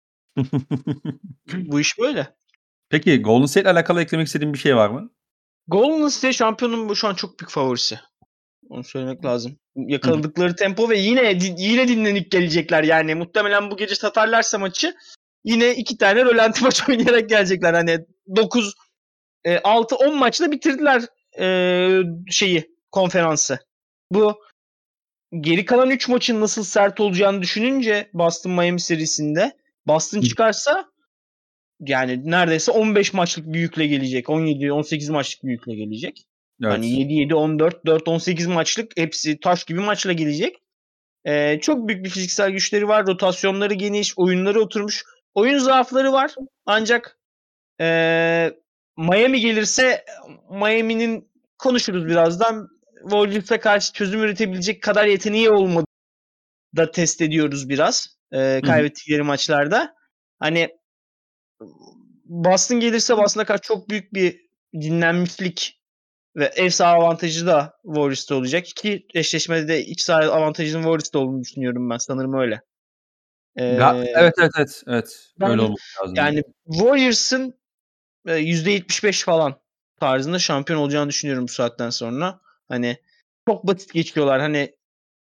Bu iş böyle. Peki Golden State'le alakalı eklemek istediğin bir şey var mı? Golden State şampiyonun bu şu an çok büyük favorisi. Onu söylemek lazım. Hı hı. Yakaladıkları tempo ve yine yine dinlenip gelecekler yani. Muhtemelen bu gece satarlarsa maçı yine iki tane rölanti maç oynayarak gelecekler. Hani dokuz altı on maçla bitirdiler e, şeyi konferansı. Bu geri kalan üç maçın nasıl sert olacağını düşününce Boston Miami serisinde Boston Hı. çıkarsa yani neredeyse on beş maçlık bir yükle gelecek. on yedi on sekiz maçlık bir yükle gelecek. Hani Evet. yedi yedi on dört dört on sekiz maçlık hepsi taş gibi maçla gelecek. Ee, çok büyük bir fiziksel güçleri var. Rotasyonları geniş. Oyunları oturmuş. Oyun zaafları var. Ancak ee, Miami gelirse Miami'nin konuşuruz birazdan. Warriors'a karşı çözüm üretebilecek kadar yeteneği olmadı da test ediyoruz biraz. Ee, Hı hı. kaybettikleri maçlarda. Hani Boston gelirse Boston'a karşı çok büyük bir dinlenmişlik ve ev saha avantajı da Warriors'ta olacak. İki eşleşmede de iç saha avantajının Warriors'ta olduğunu düşünüyorum ben. Sanırım öyle. Ga Ee, evet, evet, evet, evet. Öyle ben olması lazım. yani Warriors'ın e, yüzde yetmiş beş falan tarzında şampiyon olacağını düşünüyorum bu saatten sonra. Hani çok basit geçiyorlar. Hani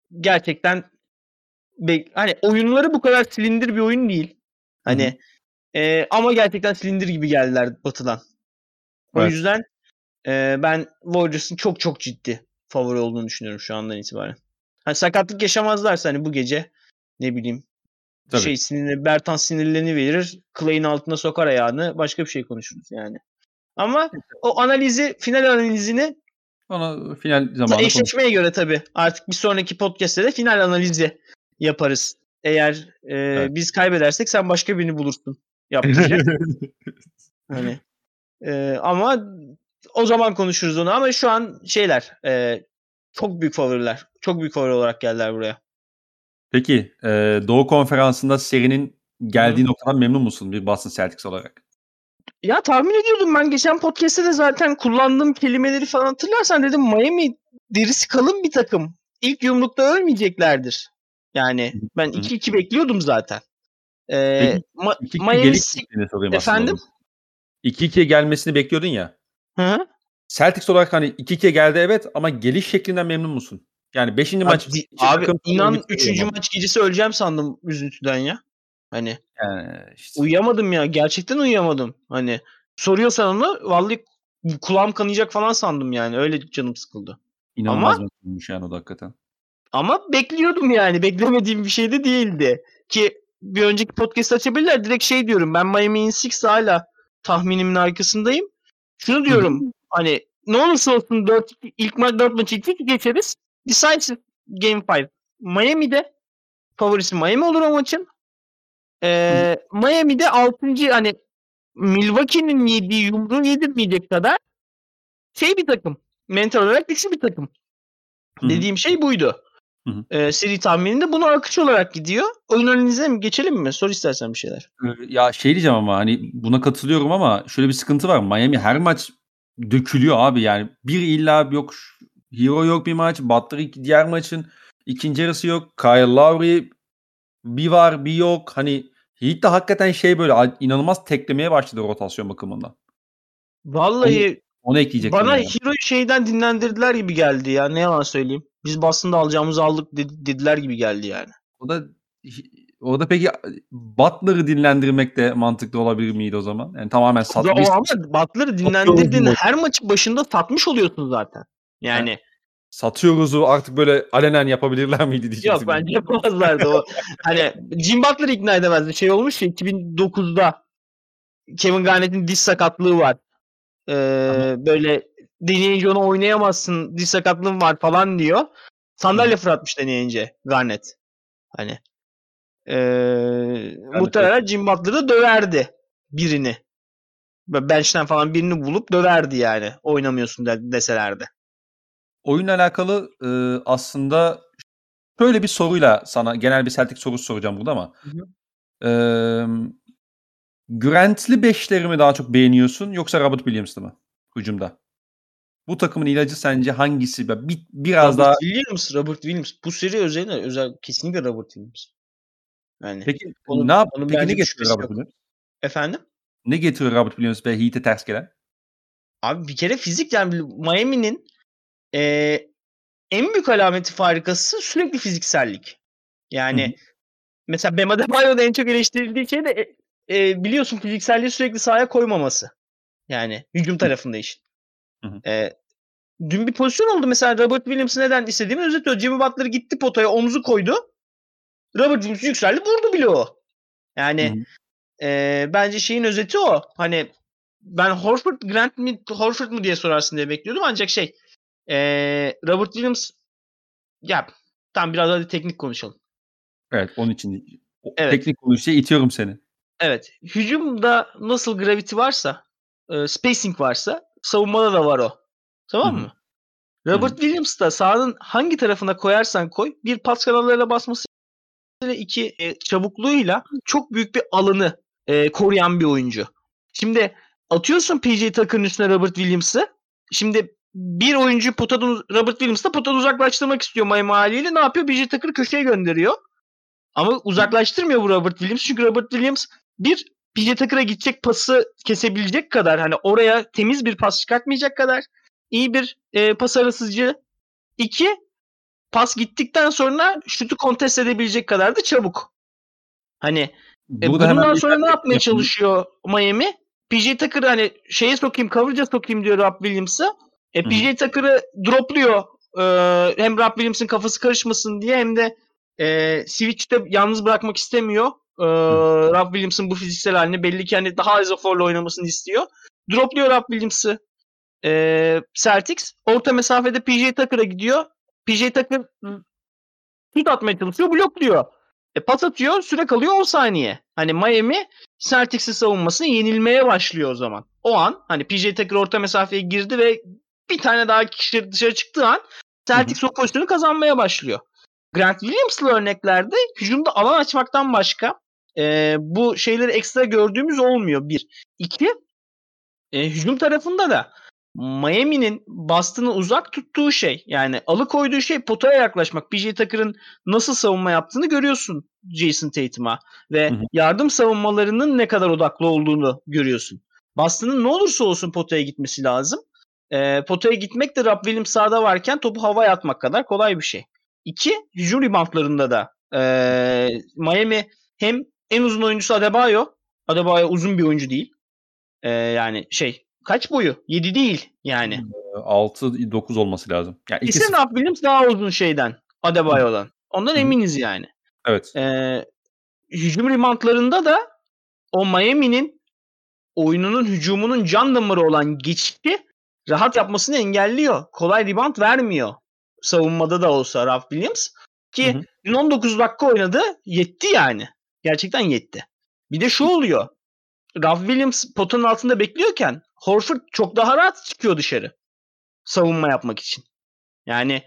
gerçekten be- hani oyunları bu kadar silindir bir oyun değil. Hı hı. Hani Ee, ama gerçekten silindir gibi geldiler Batı'dan. O Evet. yüzden e, ben Warriors'ın çok çok ciddi favori olduğunu düşünüyorum şu andan itibaren. Hani sakatlık yaşamazlarsa hani bu gece ne bileyim Tabii. şey sinirli Bertans sinirlerini verir. Clay'in altına sokar ayağını. Başka bir şey konuşuruz yani. Ama o analizi, final analizini Onu final zamanı konuşuruz. eşleşmeye göre tabii. Artık bir sonraki podcast'te de final analizi yaparız. Eğer e, Evet. biz kaybedersek sen başka birini bulursun yaptıracak. Hani e, ama o zaman konuşuruz onu. Ama şu an şeyler e, çok büyük favoriler. Çok büyük favori olarak geldiler buraya. Peki e, Doğu Konferansı'nda serinin geldiği Hı-hı. noktadan memnun musun bir Boston Celtics olarak? Ya tahmin ediyordum ben geçen podcast'te de zaten kullandığım kelimeleri falan hatırlarsan dedim Miami derisi kalın bir takım. İlk yumrukta ölmeyeceklerdir. Yani ben Hı hı. iki iki bekliyordum zaten. Ee, Peki Ma- iki iki Miami geliş Si- şeklinde sorayım aslında efendim? bunu. iki ikiye gelmesini bekliyordun ya. Hı hı. Celtics olarak hani iki ikiye geldi evet ama geliş şeklinden memnun musun? Yani beşinci Abi, maç di- iki abi takım sanırım inan bitiriyor üçüncü maçı. maç gecesi öleceğim sandım üzüntüden ya. Hani Yani işte uyuyamadım ya. Gerçekten uyuyamadım. Hani soruyorsan onu vallahi kulağım kanayacak falan sandım yani. Öyle canım sıkıldı. inanılmaz Ama mutluymmuş yani o da hakikaten. Ama bekliyordum yani. Beklemediğim bir şey de değildi. Ki bir önceki podcast açabilirler. Direkt şey diyorum. Ben Miami in Six hala tahminimin arkasındayım. Şunu Hı hı. diyorum. Hani ne olursa olsun dört, ilk maç dört maçı iki iki geçeriz. Decisive Game beş. Miami'de favorisi Miami olur o maçın. Hı hı. Ee, Miami'de altıncı hani Milwaukee'nin yediği yumruğu yedirmeyecek kadar şey bir takım. Mental olarak güçlü bir takım. Hı hı. Dediğim şey buydu. Hı hı. Ee, seri tahmininde bunu akış olarak gidiyor. Oyun analize mi geçelim mi? Sor istersen bir şeyler. Eee, ya şey diyeceğim ama hani buna katılıyorum ama şöyle bir sıkıntı var. Miami her maç dökülüyor abi yani. Bir illa yok ş Hero yok bir maç. Butler ik diğer maçın ikinci yarısı yok. Kyle Lowry bir var bir yok. Hani Heat de hakikaten şey böyle a inanılmaz teklemeye başladı rotasyon bakımından. Onu Vallahi onu ekleyecektim bana yani. Hero'yu şeyden dinlendirdiler gibi geldi ya. Ne yalan söyleyeyim. Biz Boston'da alacağımızı aldık dedi- dediler gibi geldi yani. O da hi o da peki Butler'ı dinlendirmek de mantıklı olabilir miydi o zaman? Yani tamamen O, da, sat o biz ama Butler'ı satıyoruz dinlendirdiğin mu? her maçı başında satmış oluyorsun zaten. He. Yani Satıyoruz'u artık böyle alenen yapabilirler miydi yok diyecektim ben. bence yapamazlardı o. Hani Jim Butler ikna edemezdi. Şey olmuş ya iki bin dokuzda Kevin Garnett'in diz sakatlığı var. Ee, böyle deneyince onu oynayamazsın diz sakatlığın var falan diyor. Hı hı. Sandalye fırlatmış deneyince Garnett. Hani ee, Ben de evet. muhtemelen Jim Butler'ı döverdi birini. Böyle bench'ten falan birini bulup döverdi yani. Oynamıyorsun de, deselerdi. Oyunla alakalı, ııı, aslında şöyle bir soruyla sana genel bir Celtics sorusu soracağım burada ama, Hı hı. emm, Grant'li beşleri mi daha çok beğeniyorsun yoksa Robert Williams'lı mı hücumda? Bu takımın ilacı sence hangisi? Be bi biraz Robert daha Williams, Robert Williams. Bu seri özelinde özel kesinlikle Robert Williams. Yani Peki ne onun yap onun peki ne bence bir getiriyor şüphesi Robert yok. Williams? Efendim? Ne getiriyor Robert Williams ve Heat'e ters gelen? Abi bir kere fizik yani Miami'nin ee, en büyük alameti farikası sürekli fiziksellik. Hı hı. Yani mesela Bam Adebayo'da en çok eleştirildiği şey de e, e, biliyorsun fizikselliği sürekli sahaya koymaması. Yani hücum Hı tarafında işin. hı. Hı. E, dün bir pozisyon oldu mesela Robert Williams'ı neden istediğimi özetiyor. Jimmy Butler gitti potaya omuzu koydu. Robert Williams yükseldi vurdu bile o. Hı Yani hı. e, bence şeyin özeti o. Hani ben Horford Grant mi Horford mu diye sorarsın diye bekliyordum ancak şey e, Robert Williams ya tam biraz hadi teknik konuşalım. Evet, onun için o Evet. teknik konuşmaya itiyorum seni. Evet. Hücumda nasıl gravity varsa, e, spacing varsa savunmada da var o. Hı Tamam hı. mı? Hı Robert hı. Williams da sahanın hangi tarafına koyarsan koy bir pas kanallarına basması ile iki e, çabukluğuyla çok büyük bir alanı e, koruyan bir oyuncu. Şimdi atıyorsun P J Tucker'ın üstüne Robert Williams'ı. Şimdi bir oyuncu potadan Robert Williams da potadan uzaklaştırmak istiyor Miami haliyle. Ne yapıyor? P J Tucker'ı köşeye gönderiyor. Ama uzaklaştırmıyor bu Robert Williams. Çünkü Robert Williams bir P J Tucker'a gidecek pası kesebilecek kadar hani oraya temiz bir pas çıkartmayacak kadar iyi bir e, pas arasıcı. İki pas gittikten sonra şutu kontest edebilecek kadar da çabuk. Hani E Burada hemen bundan bir sonra ne benzetme yapmaya yapayım. çalışıyor Miami? P J Tucker'ı hani şeye sokayım, coverage'a sokayım diyor Rob Williams'ı. E, Hı hı. P J Tucker'ı dropluyor. Ee, hem Rob Williams'ın kafası karışmasın diye hem de e, Switch'te yalnız bırakmak istemiyor. Ee, Rob Williams'ın bu fiziksel halini belli ki hani daha izoforla oynamasını istiyor. Dropluyor Rob Williams'ı e, Celtics. Orta mesafede P J Tucker'a gidiyor. P J Tucker şut atmaya çalışıyor, blokluyor. E, pas atıyor, süre kalıyor on saniye. Hani Miami Celtics'in savunmasını yenilmeye başlıyor o zaman. O an hani P J Tucker orta mesafeye girdi ve bir tane daha kişi dışarı çıktığı an Celtics o pozisyonu kazanmaya başlıyor. Grant Williams'lı örneklerde hücumda alan açmaktan başka e, bu şeyleri ekstra gördüğümüz olmuyor. Bir. İki. E, hücum tarafında da Miami'nin Boston'ı uzak tuttuğu şey, yani alıkoyduğu şey potaya yaklaşmak. P J Tucker'ın nasıl savunma yaptığını görüyorsun Jason Tatum'a ve Hı hı. yardım savunmalarının ne kadar odaklı olduğunu görüyorsun. Boston'ın ne olursa olsun potaya gitmesi lazım. E, potaya gitmek de Rob Williams sahada varken topu havaya atmak kadar kolay bir şey. İki, hücum reboundlarında da e, Miami hem en uzun oyuncusu Adebayo. Adebayo uzun bir oyuncu değil. Ee, yani şey kaç boyu? yedi değil yani. altı dokuz olması lazım. Yani iki Kesin sıfır. Rob Williams daha uzun şeyden. Adebayo'dan. Ondan Hı hı. eminiz yani. Evet. Ee, hücum reboundlarında da o Miami'nin oyununun hücumunun can damarı olan geçişi rahat yapmasını engelliyor. Kolay rebound vermiyor. Savunmada da olsa Rob Williams. Hı Ki hı. on dokuz dakika oynadı. Yetti yani. Gerçekten yetti. Bir de şu oluyor. Rob Williams potanın altında bekliyorken Horford çok daha rahat çıkıyor dışarı savunma yapmak için. Yani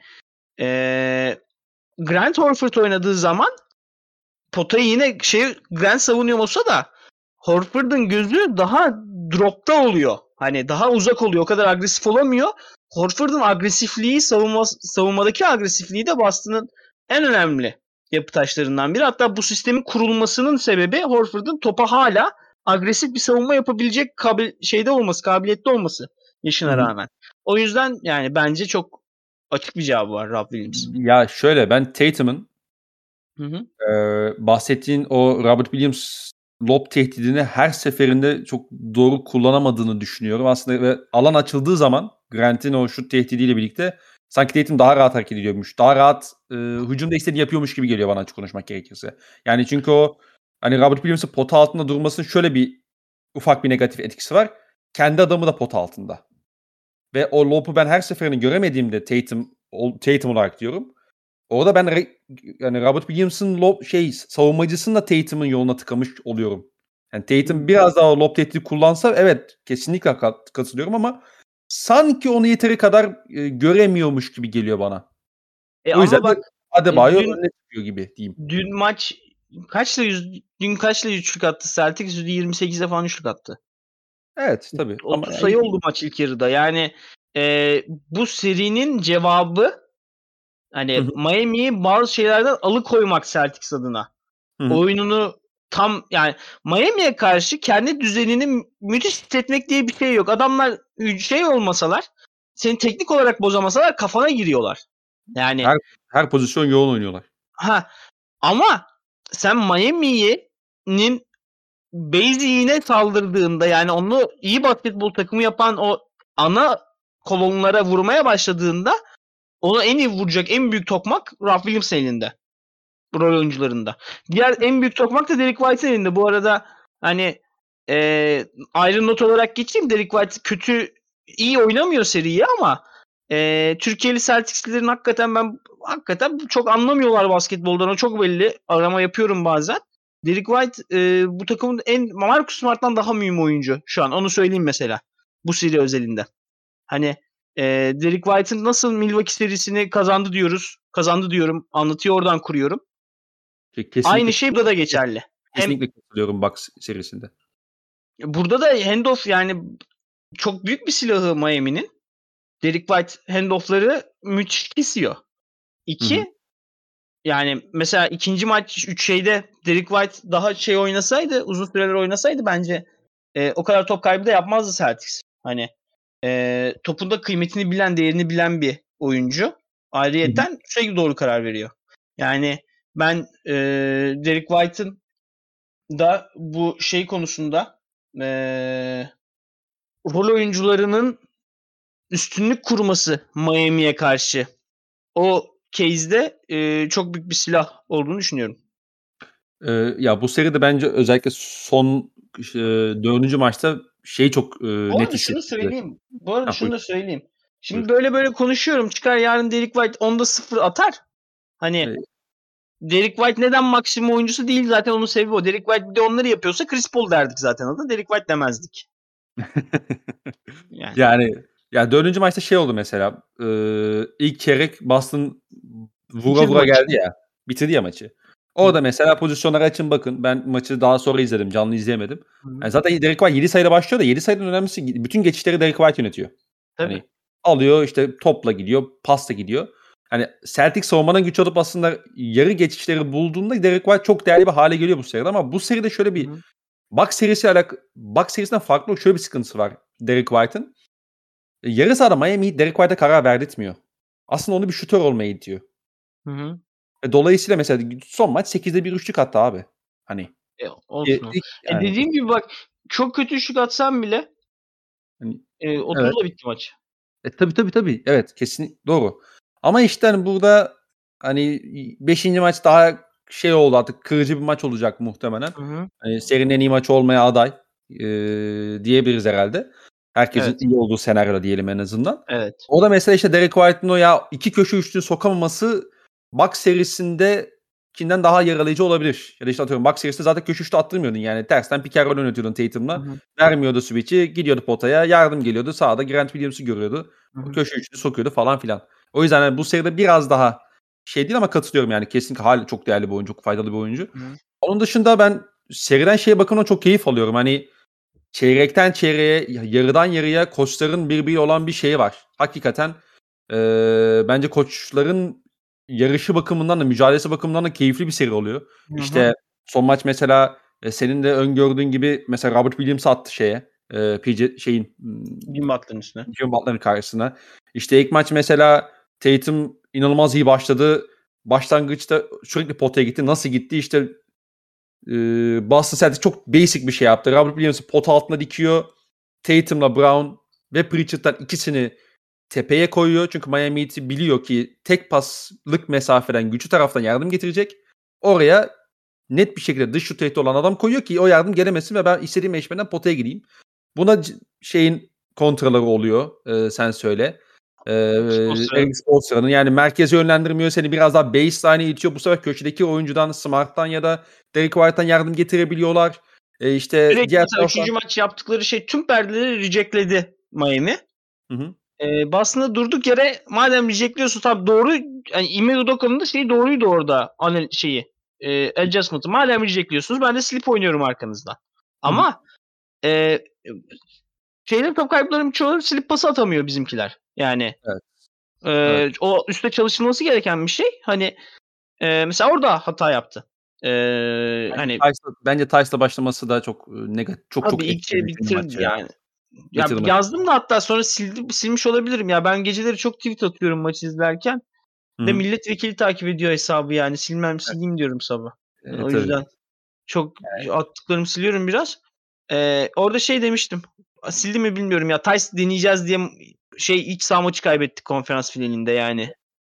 ee, Grant Horford oynadığı zaman potayı yine şey Grant savunuyor olsa da Horford'un gözü daha dropta oluyor. Hani daha uzak oluyor. O kadar agresif olamıyor. Horford'un agresifliği, savunma, savunmadaki agresifliği de Boston'ın en önemli yapı taşlarından biri. Hatta bu sistemin kurulmasının sebebi Horford'un topa hala agresif bir savunma yapabilecek kabil şeyde olması, kabiliyette olması yaşına Hı hı. rağmen. O yüzden yani bence çok açık bir cevabı var Rob Williams. Ya şöyle, ben Tatum'un Hı hı. eee, bahsettiğin o Robert Williams lob tehdidini her seferinde çok doğru kullanamadığını düşünüyorum. Aslında ve alan açıldığı zaman Grant'in o şut tehdidiyle birlikte sanki Tatum daha rahat hareket ediyormuş. Daha rahat, eee, hücumda istediğini yapıyormuş gibi geliyor bana, açık konuşmak gerekirse. Yani çünkü o hani Robert Williams'ın pota altında durmasının şöyle bir ufak bir negatif etkisi var. Kendi adamı da pota altında. Ve o lob'u ben her seferinde göremediğimde Tatum ol Tatum olarak diyorum. Orada ben re yani Robert Williams'ın lob şey savunmacısını da Tatum'un yoluna tıkamış oluyorum. Yani Tatum biraz daha o lob tehdidi kullansa evet, kesinlikle kat katılıyorum ama sanki onu yeteri kadar, eee, göremiyormuş gibi geliyor bana. E O yüzden ama de bak e, Adebayo dün öne çıkıyor gibi diyeyim. dün maç kaçla yüz dün kaçla üçlük attı Celtics? yüzde yirmi sekize falan üçlük attı. Evet, tabii ama otuz yani sayı oldu maç ilk yarıda. Yani e, bu serinin cevabı Hı hani hı. Miami'yi bazı şeylerden alıkoymak Celtics adına. Hı hı. Oyununu tam yani Miami'ye karşı kendi düzenini müthiş hissetmek diye bir şey yok. Adamlar şey olmasalar, seni teknik olarak bozamasalar kafana giriyorlar. Yani Her her pozisyon yoğun oynuyorlar. ha ama sen Miami'nin Basiğine saldırdığında, yani onu iyi basketbol takımı yapan o ana kolonlara vurmaya başladığında onu en iyi vuracak en büyük tokmak Rob Williams elinde. Rol oyuncularında. Diğer en büyük tokmak da Derek White'ın elinde. Bu arada hani e, ayrı not olarak geçeyim. Derek White kötü iyi oynamıyor seriyi ama e, Türkiye'li Celtics'lilerin hakikaten ben hakikaten çok anlamıyorlar basketboldan. O çok belli. Arama yapıyorum bazen. Derek White e, bu takımın en Marcus Smart'tan daha mühim oyuncu şu an. Onu söyleyeyim mesela. Bu seri özelinde. Hani e, Derek White'ın nasıl Milwaukee serisini kazandı diyoruz. Kazandı diyorum. Anlatıyı oradan kuruyorum. Ke kesinlikle Aynı şey burada da geçerli. Hem kesinlikle katılıyorum Bucks serisinde. burada da handoff, yani çok büyük bir silahı Miami'nin. Derek White handoff'ları müthiş kesiyor. Hı hı. İki, yani mesela ikinci maç üç şeyde Derek White daha şey oynasaydı, uzun süreler oynasaydı bence e, o kadar top kaybı da yapmazdı Celtics. Hani e, topun da kıymetini bilen, değerini bilen bir oyuncu. Hı hı. Ayrıyeten sürekli doğru karar veriyor. Yani ben e, Derek White'ın da bu şey konusunda ee, rol oyuncularının üstünlük kurması Miami'ye karşı o case'de ee, çok büyük bir silah olduğunu düşünüyorum. Ee, ya bu seride bence özellikle son e, dördüncü maçta şey çok e, Bu net arada şunu hissettirdi. söyleyeyim. Bu arada Ha, şunu buyur, da söyleyeyim. buyur. Şimdi böyle böyle konuşuyorum. Çıkar yarın Derek White onda sıfır atar. Hani Ee, Derek White neden maksimum oyuncusu değil, zaten onun sebebi o. Derek White bir de onları yapıyorsa Chris Paul derdik zaten adı. Derek White demezdik. Yani. Yani ya dördüncü maçta şey oldu mesela. E, ilk çeyrek Boston vura Bitirdi vura maçı. geldi ya. Bitirdi ya maçı. Orada mesela pozisyonları açın bakın. Ben maçı daha sonra izledim. Canlı izleyemedim. Hı. Yani zaten Derek White yedi sayıda başlıyor da yedi sayıdan önemlisi bütün geçişleri Derek White yönetiyor. Tabii. Hani alıyor işte topla gidiyor, pasla gidiyor. Hani Celtics savunmanın güç alıp aslında yarı geçişleri bulduğunda Derek White çok değerli bir hale geliyor bu seride ama bu seride şöyle bir Hı. Bucks serisi alak Bucks serisinden farklı şöyle bir sıkıntısı var Derek White'ın. E, yarı sahada Miami Heat Derek White'a karar verdirtmiyor. Aslında onu bir şutör olmaya itiyor. Hı hı. E, dolayısıyla mesela son maç sekizde bir üçlük attı abi. Hani E, e, olsun o. ilk E, yani dediğim gibi bak, çok kötü şut atsam bile hani e, evet. otuzla bitti maç. E, tabii tabii tabii. Evet, kesin doğru. Ama işte hani burada hani beşinci maç daha şey oldu artık kırıcı bir maç olacak muhtemelen. Hı hı. Hani serinin en iyi maçı olmaya aday eee, diyebiliriz herhalde. Herkesin Evet. iyi olduğu senaryoda diyelim en azından. Evet. O da mesela işte Derek White'ın o ya iki köşe üçlü sokamaması Bucks serisindekinden daha yaralayıcı olabilir. Ya da işte atıyorum Bucks serisinde zaten köşe üçlü attırmıyordun yani. Tersten pick and roll oynatıyordun Hı Tatum'la. hı. Vermiyordu switch'i. Gidiyordu potaya. Yardım geliyordu. Sağda Grant Williams'ı görüyordu. Hı O hı. köşe üçlü sokuyordu falan filan. O yüzden hani bu seride biraz daha şey değil ama katılıyorum yani. Kesinlikle hala çok değerli bir oyuncu. Çok faydalı bir oyuncu. Hı hı. Onun dışında ben seriden şeye bakımından çok keyif alıyorum. Hani çeyrekten çeyreğe, yarıdan yarıya koçların birbiriyle olan bir şeyi var. Hakikaten eee, bence koçların yarışı bakımından da mücadelesi bakımından da keyifli bir seri oluyor. Hı hı. İşte son maç mesela e, senin de öngördüğün gibi mesela Robert Williams attı şeye. E, P J şeyin hmm, Jimmy Butler'ın üstüne. Jimmy Butler'ın karşısına. İşte ilk maç mesela Tatum inanılmaz iyi başladı. Başlangıçta sürekli potaya gitti. Nasıl gitti? İşte ee, Boston Celtics çok basic bir şey yaptı. Robert Williams'ı pot altına dikiyor. Tatum'la Brown ve Pritchard'dan ikisini tepeye koyuyor. Çünkü Miami Heat biliyor ki tek paslık mesafeden güçlü taraftan yardım getirecek. Oraya net bir şekilde dış şut tehdidi olan adam koyuyor ki o yardım gelemesin ve ben istediğim eşmenden potaya gireyim. Buna c- şeyin kontraları oluyor. Ee, sen söyle. Ee, Spoelstra'nın. Eric Spoelstra'nın yani merkeze yönlendirmiyor. Seni biraz daha baseline'e itiyor. Bu sefer köşedeki oyuncudan, Smart'tan ya da Derek White'tan yardım getirebiliyorlar. Ee, işte Direkt diğer mesela taraftan üçüncü maç yaptıkları şey, tüm perdeleri rejectledi Miami. hı hı. Ee, Boston'da durduk yere madem rejectliyorsun, tabii doğru, yani Ime Udoka'nın da şeyi doğruydu orada, anel şeyi e, adjustment'ı. Madem rejectliyorsunuz, ben de slip oynuyorum arkanızdan. Hı hı. Ama e, şeylerin top kayıplarının çoğu slip pası atamıyor bizimkiler. Yani Evet. Evet. e, o üstte çalışılması gereken bir şey. Hani e, mesela orada hata yaptı. E, Bence hani Tice'la, bence Tice'la başlaması da çok negatif, çok tabii çok ilk etkiledi şey bitirdi maçı bitirdi ya. yani. Ya Bitirdi maçı. yazdım da hatta sonra sildim, silmiş olabilirim ya. Ben geceleri çok tweet atıyorum maçı izlerken. Hı De hı. milletvekili takip ediyor hesabı yani. Silmem sileyim diyorum sabah. Evet. E, O tabii. yüzden çok attıklarımı siliyorum biraz. Ee, orada şey demiştim. Sildim mi bilmiyorum ya. Tice deneyeceğiz diye şey iç saha maçı kaybettik konferans finalinde yani.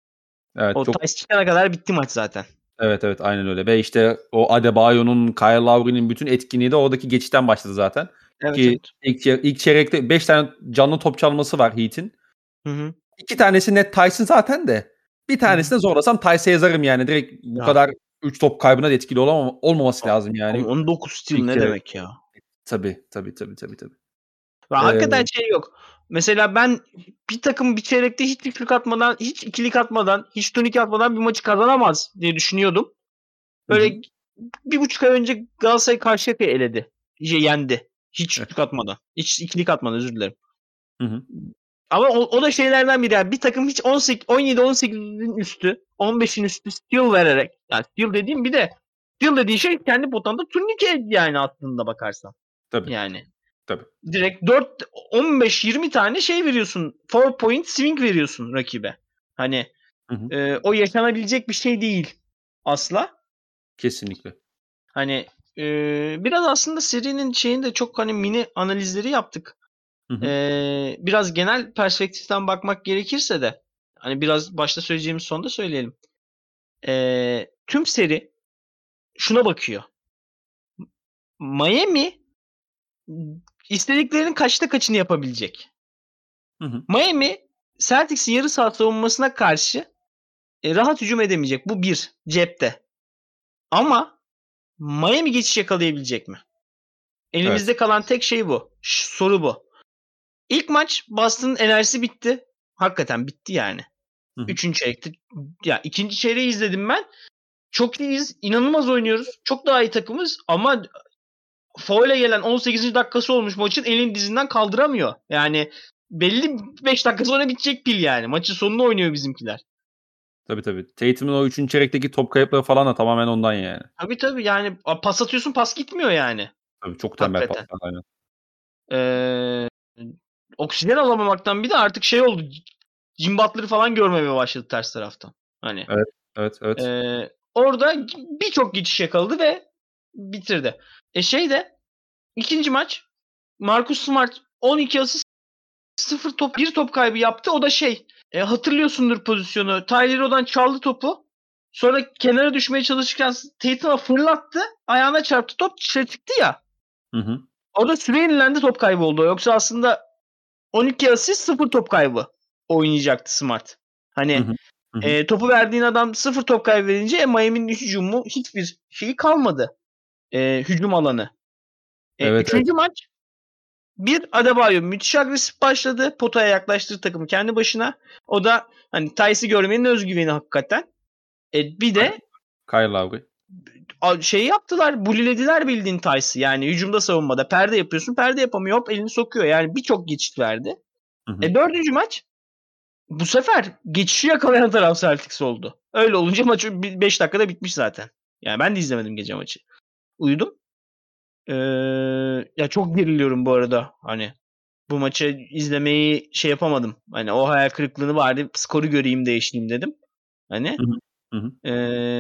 Evet, O çok Tice çıkana kadar bitti maç zaten. evet, evet, aynen öyle ve işte o Adebayo'nun, Kyle Lowry'nin bütün etkinliği de oradaki geçişten başladı zaten. Evet, Ki evet. ilk çe ilk çeyrekte beş tane canlı top çalması var Heat'in. Hı hı. iki tanesi net Tyson zaten de. Bir Hı hı. tanesini zorlasam Tyce'e yazarım yani. Direkt bu Ya, kadar üç top kaybına da etkili olamam olmaması lazım ama yani on dokuz steal ilk ne çeyrek. demek ya? Tabii, tabii, tabii, tabii, tabii. Ve Eee, hakikaten şey yok. Mesela ben bir takım bir çeyrekte hiç üçlük atmadan, hiç ikilik atmadan, hiç turnike atmadan bir maçı kazanamaz diye düşünüyordum. hı hı. Böyle bir buçuk ay önce Galatasaray Karşıyaka'yı eledi. Şey, yendi. Hiç Eh, üçlük atmadan. Hiç ikilik atmadan, özür dilerim. hı hı. Ama o, o da şeylerden biri. Yani bir takım hiç on sekiz, on yedi on sekizin üstü, on beşin üstü steal vererek. Yani steal dediğim bir de steal dediğin şey kendi potanda turnike yani, aslında bakarsan. Tabii, Yani tabii. direkt dört on beş yirmi tane şey veriyorsun. four point swing veriyorsun rakibe. Hani Hı hı. e, o yaşanabilecek bir şey değil asla. Kesinlikle. Hani Ee, biraz aslında serinin şeyinde çok hani mini analizleri yaptık. Hı hı. Ee, biraz genel perspektiften bakmak gerekirse de hani biraz başta söyleyeceğimiz sonda söyleyelim. Ee, tüm seri şuna bakıyor. Miami istediklerinin kaçta kaçını yapabilecek? Hı hı. Miami Celtics'in yarı saha savunmasına karşı e, rahat hücum edemeyecek. Bu bir cepte. Ama Miami geçiş yakalayabilecek mi? Evet. Elimizde kalan tek şey bu. Ş- soru bu. İlk maç Boston'ın enerjisi bitti. Hakikaten bitti yani. Hı hı. Üçüncü çeyrekte. Ya ikinci çeyreği izledim ben. Çok iyiyiz. İnanılmaz oynuyoruz. Çok daha iyi takımız ama faule gelen on sekizinci dakikası olmuş maçın elin dizinden kaldıramıyor. Yani belli beş dakika sonra bitecek pil yani. Maçın sonunu oynuyor bizimkiler. Tabii tabii. Tatum'un o üçüncü çeyrekteki top kayıpları falan da tamamen ondan yani. Tabii tabii yani pas atıyorsun pas gitmiyor yani. Tabii çok tembel Hakikaten. paslar aynen. Ee, oksijen alamamaktan bir de artık şey oldu. Cimbatları falan görmemeye başladı ters taraftan. Hani Evet. Evet. Evet. ee, orada birçok geçiş yakaladı ve bitirdi. E şey de ikinci maç Marcus Smart on iki asist sıfır top bir top kaybı yaptı. O da şey e, hatırlıyorsundur pozisyonu. Tyler Rodan çaldı topu. Sonra kenara düşmeye çalışırken Tatum'a fırlattı. Ayağına çarptı top dışarı çıktı ya. Hı hı. Orada süre yenilendi top kaybı oldu. Yoksa aslında on iki asist sıfır top kaybı oynayacaktı Smart. Hı Hani hı. Hı hı. e, topu verdiğin adam sıfır top kaybı verince e, Miami'nin hücumu hiçbir şeyi kalmadı. E, hücum alanı. E, Evet evet. üçüncü maç bir Adebayo müthiş agresif başladı. Potaya yaklaştırdı takımı kendi başına. O da hani Tyce'i görmenin özgüveni hakikaten. E, bir de Kyle Lowry. a- şey yaptılar. Bulilediler bildiğin Tyce'ı. Yani hücumda savunmada perde yapıyorsun. Perde yapamıyor. Hop elini sokuyor. Yani birçok geçit verdi. Hı hı. E dördüncü maç bu sefer geçişi yakalayan taraf Celtics oldu. Öyle olunca maç beş dakikada bitmiş zaten. Yani ben de izlemedim gece maçı. Uyudum. Ee, ya çok geriliyorum bu arada. Hani bu maçı izlemeyi şey yapamadım. Hani o hayal kırıklığını vardı. Skoru göreyim değiştireyim dedim. Hani Hı hı. Hı hı. ee,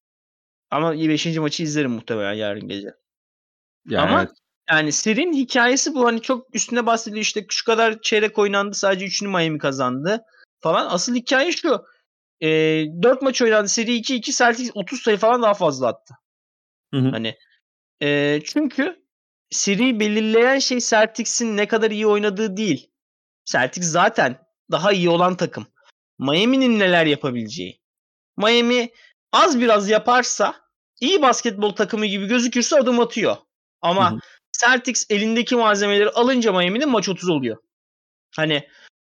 ama beşinci maçı izlerim muhtemelen yarın gece. Yani Ama evet. yani serinin hikayesi bu. Hani çok üstüne bahsediliyor. İşte şu kadar çeyrek oynandı. Sadece üçünü Miami kazandı falan. Asıl hikaye şu. E, dört maç oynandı. Seri iki iki. Celtics otuz sayı falan daha fazla attı. Hı hı. Hani e, çünkü seriyi belirleyen şey Celtics'in ne kadar iyi oynadığı değil. Celtics zaten daha iyi olan takım. Miami'nin neler yapabileceği. Miami az biraz yaparsa iyi basketbol takımı gibi gözükürse adım atıyor. Hı Ama hı. Celtics elindeki malzemeleri alınca Miami'nin maç otuz oluyor. Hani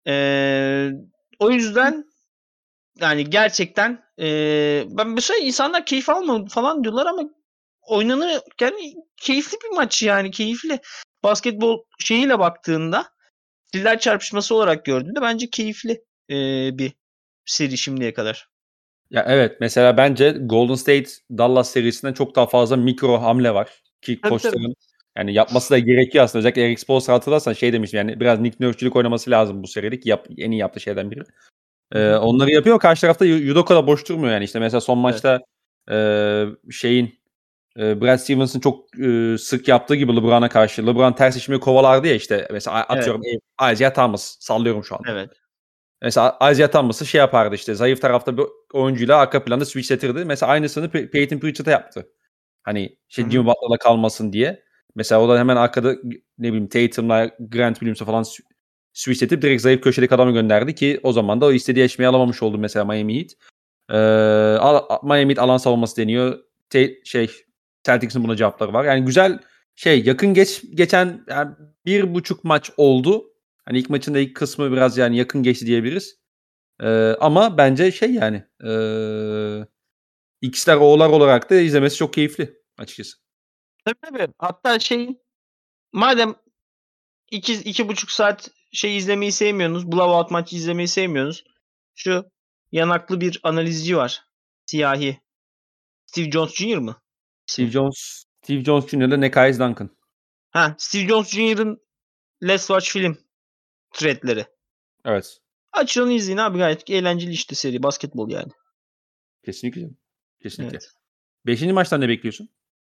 ee, o yüzden yani gerçekten ee, ben mesela insanlar keyif almadı falan diyorlar ama oynanır yani keyifli bir maç yani keyifli. Basketbol şeyiyle baktığında stiller çarpışması olarak gördüğünde bence keyifli ee, bir seri şimdiye kadar. Ya evet mesela bence Golden State Dallas serisinden çok daha fazla mikro hamle var ki Tabii tabii. koçların yani yapması da gerekiyor aslında. Özellikle Eric Spoelstra hatırlarsan şey demiştim yani biraz Nick Nurse'çülük oynaması lazım bu seride ki yap, en iyi yaptığı şeyden biri. Hı Ee, hı. onları yapıyor. Karşı tarafta Udoka'da boş durmuyor yani. İşte mesela son Evet. maçta e, şeyin e, Brad Stevens'ın çok e, sık yaptığı gibi LeBron'a karşı. LeBron ters işimi kovalardı ya işte. Mesela Evet. atıyorum e, Isaiah Thomas. Sallıyorum şu anda. Evet. Mesela Isaiah Thomas'ı şey yapardı işte. Zayıf tarafta bir oyuncuyla arka planda switchletirdi. Mesela aynısını P- Peyton Pritchard'a yaptı. Hani Hı şey hı. Jimmy Butler'la kalmasın diye. Mesela o da hemen arkada ne bileyim Tatum'la Grant Williams'ı falan sw- switchletip direkt zayıf köşedeki adamı gönderdi ki o zaman da o istediği eşmeyi alamamış oldu mesela Miami Heat. Ee, al- Miami Heat alan savunması deniyor. Te- şey Celtics'in buna cevapları var. Yani güzel şey yakın geç geçen yani bir buçuk maç oldu. Hani ilk maçın da ilk kısmı biraz yani yakın geçti diyebiliriz. Ee, ama bence şey yani ee, X'ler O'lar olarak da izlemesi çok keyifli açıkçası. Tabii tabii. Hatta şey madem iki, iki buçuk saat şey izlemeyi sevmiyorsunuz. Blowout maçı izlemeyi sevmiyorsunuz. Şu yanaklı bir analizci var. Siyahi. Steve Jones Junior mı? Steve İsmi. Jones, Steve Jones Junior'la Nekias Duncan. Ha, Steve Jones Junior'ın Let's Watch Film threadleri. Evet. Açın onu izleyin abi gayet eğlenceli işte seri. Basketbol yani. Kesinlikle. Kesinlikle. Evet. Beşinci maçtan ne bekliyorsun?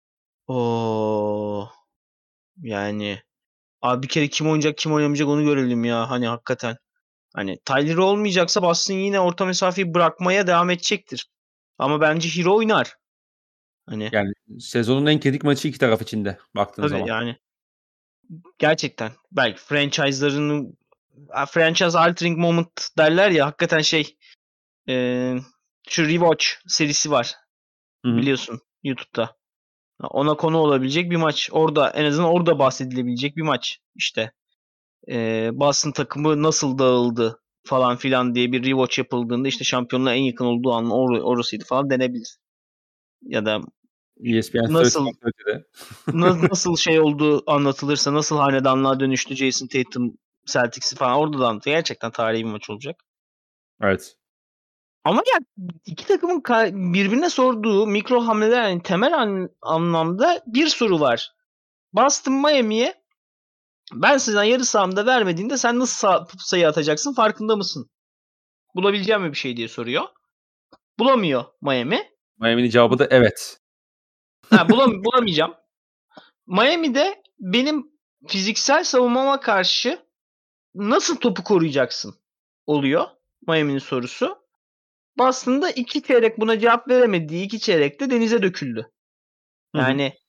Oo. Yani abi bir kere kim oynayacak kim oynamayacak onu görelim ya. Hani hakikaten. Hani Tyler olmayacaksa Boston yine orta mesafeyi bırakmaya devam edecektir. Ama bence Hero oynar. Hani Yani sezonun en kritik maçı iki taraf için de baktığın tabii zaman. yani gerçekten belki franchise'larının franchise altering moment derler ya hakikaten şey e, şu Rewatch serisi var Hı hı. biliyorsun YouTube'da. Ona konu olabilecek bir maç. Orada en azından orada bahsedilebilecek bir maç. İşte e, Boston takımı nasıl dağıldı falan filan diye bir rewatch yapıldığında işte şampiyonluğa en yakın olduğu an or- orasıydı falan denebilir. Ya da E S P N First nasıl Conference'de. na- nasıl şey olduğu anlatılırsa nasıl hanedanlığa dönüştü Jason Tatum Celtics'i falan orada da anlatıyor. Gerçekten tarihi bir maç olacak. Evet. Ama ya iki takımın ka- birbirine sorduğu mikro hamleler yani temel an- anlamda bir soru var. Boston Miami'ye ben sizden yarı sahamda vermediğinde sen nasıl sa- sayı atacaksın farkında mısın? Bulabileceğim mi bir şey diye soruyor. Bulamıyor Miami. Miami'nin cevabı da evet. Ha, bulam bulamayacağım. Miami'de benim fiziksel savunmama karşı nasıl topu koruyacaksın oluyor Miami'nin sorusu. Boston'da iki çeyrek buna cevap veremediği iki çeyrekte denize döküldü. Hı hı. Yani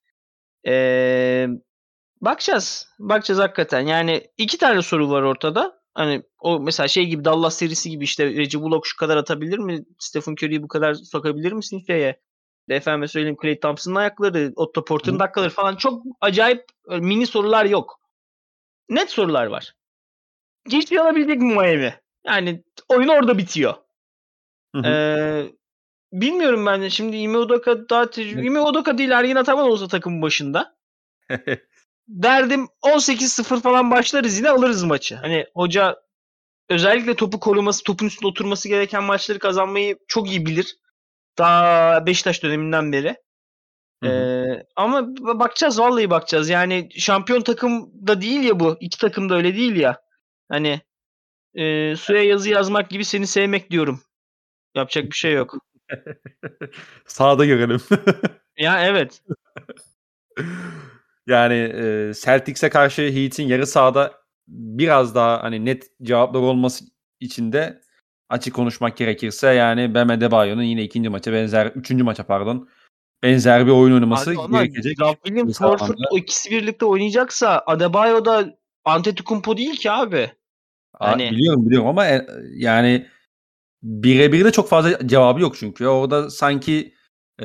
ee, bakacağız. Bakacağız hakikaten. Yani iki tane soru var ortada. Hani o mesela şey gibi Dallas serisi gibi işte Reggie Bullock şu kadar atabilir mi? Stephen Curry'i bu kadar sokabilir misin şeye? Efendime söyleyeyim Klay Thompson'ın ayakları, Otto Hı Porter'ın hı. dakikaları falan çok acayip mini sorular yok. Net sorular var. Geçici alabilecek mi Miami? Yani oyun orada bitiyor. Hı hı. Ee, bilmiyorum ben de şimdi Ime Udoka daha tecrübe... Ime Udoka değil Ergin Ataman olsa takımın başında. Derdim on sekiz sıfır falan başlarız yine alırız maçı. Hani hoca özellikle topu koruması, topun üstünde oturması gereken maçları kazanmayı çok iyi bilir. Daha Beşiktaş döneminden beri. Hı hı. Ee, ama bakacağız vallahi bakacağız. Yani şampiyon takım da değil ya bu. İki takım da öyle değil ya. Hani e, suya yazı yazmak gibi seni sevmek diyorum. Yapacak bir şey yok. Sahada görelim. Ya evet. Yani e, Celtics'e karşı Heat'in yarı sahada biraz daha hani net cevaplar olması için de açık konuşmak gerekirse yani Bam Adebayo'nun yine ikinci maça benzer, üçüncü maça pardon benzer bir oyun oynaması Abi ama gerekecek. Ralph Williams, Sayısal Horford anlamda. o ikisi birlikte oynayacaksa Adebayo da Antetokounmpo değil ki abi. A, Hani biliyorum biliyorum ama e, yani birebir de çok fazla cevabı yok çünkü. Orada sanki e,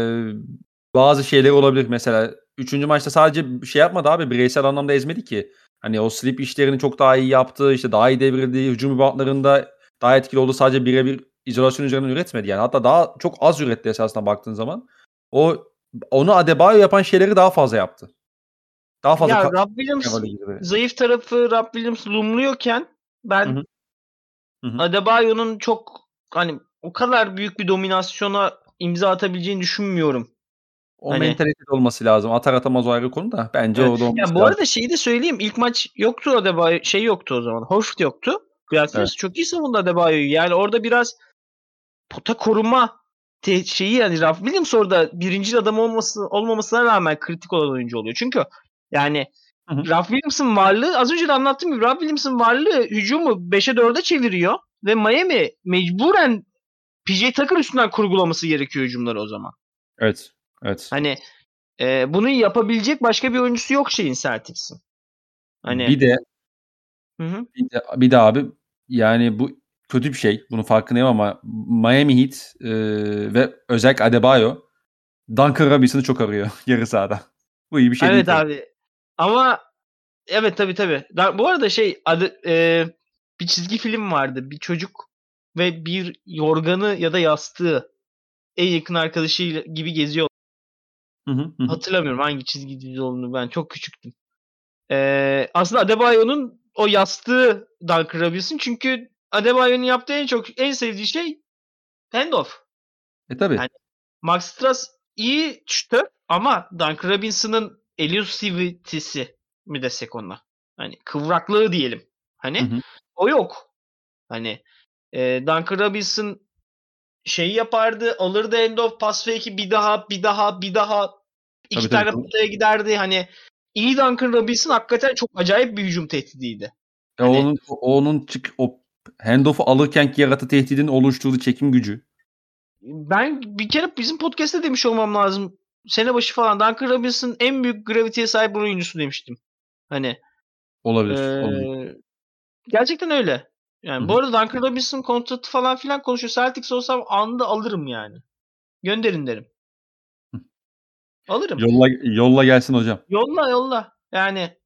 bazı şeyler olabilir. Mesela üçüncü maçta sadece şey yapmadı abi. Bireysel anlamda ezmedi ki. Hani o slip işlerini çok daha iyi yaptı. İşte daha iyi devrildi. Hücum reboundlarında daha etkili oldu. Sadece birebir izolasyon üzerinden üretmedi yani. Hatta daha çok az üretti esasında baktığın zaman. O onu Adebayo yapan şeyleri daha fazla yaptı. Daha fazla ya ka- Rob Williams rolü gibi. zayıf tarafı Rob Williams lumluyorken Hı ben hı. Hı hı. Adebayo'nun çok hani o kadar büyük bir dominasyona imza atabileceğini düşünmüyorum. O Hani mentalitede olması lazım. Atar atamaz o ayrı konu da. Bence evet. o da Ya olması bu lazım. arada şeyi de söyleyeyim. İlk maç yoktu Adebayo. Şey yoktu o zaman. Horford yoktu. Brad Evet. Williams çok iyi savundu Adebayo'yu. Yani orada biraz pota koruma te- şeyi yani Ralph Williams orada birinci adam olması olmamasına rağmen kritik olan oyuncu oluyor. Çünkü yani Hı hı. Ralph Williams'ın varlığı az önce de anlattığım gibi Ralph Williams'ın varlığı hücumu beşe dörde çeviriyor ve Miami mecburen P J Tucker üstünden kurgulaması gerekiyor hücumları o zaman. Evet. Evet. Hani e, bunu yapabilecek başka bir oyuncusu yok şeyin Celtics'in. Hani Bir de hı hı. bir de, bir de abi yani bu kötü bir şey. Bunun farkındayım ama Miami Heat e, ve özellikle Adebayo Duncan Robinson'ı çok arıyor yarı sahada. Bu iyi bir şey değil Evet tabii. abi. Ama evet tabii tabii. Da- Bu arada şey adı e, bir çizgi film vardı. Bir çocuk ve bir yorganı ya da yastığı en yakın arkadaşıyla gibi geziyor. Hı hı, hı hı. Hatırlamıyorum hangi çizgi dizi olduğunu ben çok küçüktüm. E, aslında Adebayo'nun o yastığı Duncan Robinson çünkü Adebayo'nun yaptığı en çok en sevdiği şey handoff. E tabii. Yani Max Strus iyi şütör ama Duncan Robinson'ın elusivity'si mi desek ona. Hani kıvraklığı diyelim. Hı Hani hı. o yok. Hani e, Duncan Robinson şeyi yapardı, alırdı end of pass fake'i bir daha, bir daha, bir daha. İki Tabii, tane tabii. potaya giderdi. Hani iyi Duncan Robinson hakikaten çok acayip bir hücum tehdidiydi. E, Hani onun onun çık o handoff'u alırkenki yarattığı tehdidin oluşturduğu çekim gücü. ben bir kere bizim podcast'te demiş olmam lazım. Sene başı falan Duncan Robinson en büyük graviteye sahip oyuncusu demiştim. Hani Olabilir, olabilir. eee, gerçekten öyle. Hı Yani bu hı. arada Duncan Robinson kontratı falan filan konuşuyor. Celtics olsam anında alırım yani. Gönderin derim. Hıh. Alırım. Yolla yolla gelsin hocam. Yolla yolla. Yani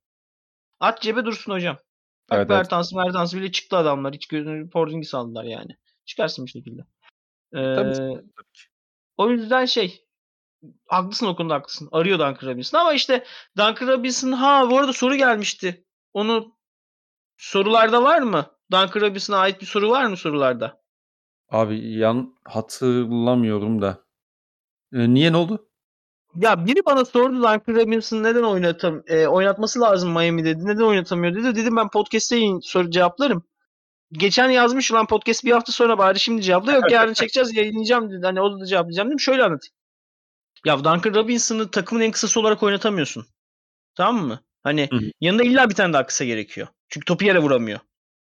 at cebe dursun hocam. Bak Evet, evet. Bertans Mertans bile çıktı adamlar. Hiç gözünü Porzingis aldılar yani. Çıkarsın bir şekilde. E, tabii ki, Eee, tabii ki. o yüzden şey haklısın o konuda haklısın. Arıyor Duncan Robinson ama işte Duncan Robinson ha bu arada soru gelmişti. Onu sorularda var mı? Duncan Robinson'a ait bir soru var mı sorularda? Abi yan hatırlamıyorum da. Eee, niye ne oldu? Ya biri bana sordu Duncan Robinson'ı neden oynatam e, oynatması lazım Miami dedi. Neden oynatamıyor dedi. Dedim ben podcast'te yayın soru cevaplarım. Geçen yazmış lan podcast bir hafta sonra bari şimdi cevapla. Yok yarın çekeceğiz yayınlayacağım dedi. Hani o da cevaplayacağım dedim. Şöyle anlatayım. Ya Duncan Robinson'ı takımın en kısası olarak oynatamıyorsun. Tamam mı? Hani Hı hı. yanında illa bir tane daha kısa gerekiyor. Çünkü topu yere vuramıyor.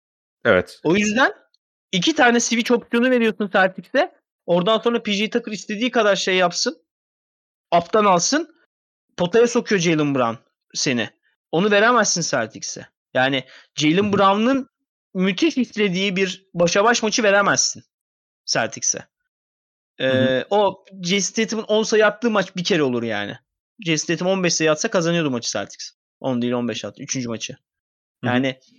Evet. O yüzden iki tane switch opsiyonu veriyorsun Celtics'e. Oradan sonra P J Tucker istediği kadar şey yapsın. Up'tan alsın. Potaya sokuyor Jaylen Brown seni. Onu veremezsin Celtics'e. Yani Hı Jaylen hı. Brown'un müthiş istediği bir başa baş maçı veremezsin Celtics'e. Hı hı. Ee, o Jason Tatum'un on sayı attığı maç bir kere olur yani. Jason Tatum on beş sayı atsa kazanıyordu maçı Celtics. on değil on beş attı. Üçüncü maçı. Hı hı. Yani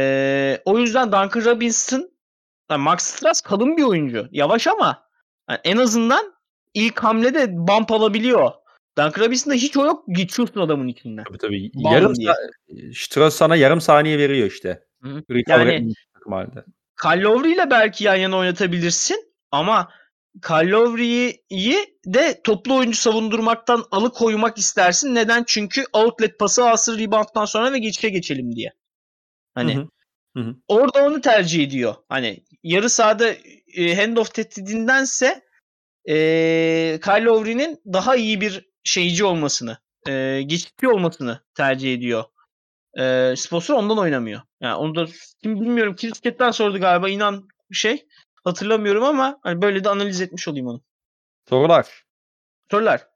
ee, o yüzden Duncan Robinson yani Max Strus kalın bir oyuncu. Yavaş ama yani en azından ilk hamlede bump alabiliyor. Duncan Robinson'da hiç o yok. Geçiyorsun adamın içinden. Tabii, tabii. Yarım Bam sa diye. eee, Strauss sana yarım saniye veriyor işte. Hı hı. Recover Yani etmen için takım hâlinde. Kyle Lowry ile belki yan yana oynatabilirsin ama Kyle Lowry'yi de toplu oyuncu savundurmaktan alıkoymak istersin. Neden? Çünkü outlet pası alsın rebound'dan sonra ve geçişe geçelim diye. Hı Hani hı. Hı hı. orada onu tercih ediyor. Hani yarı sahada e, handoff tehdidindense e, Kyle Lowry'nin daha iyi bir şeyci olmasını, e, geçici olmasını tercih ediyor. E, Sponsor ondan oynamıyor. Yani onu da kim bilmiyorum. Kirket'ten sordu galiba. İnan şey hatırlamıyorum ama hani böyle de analiz etmiş olayım onu. Sorular. Sorular.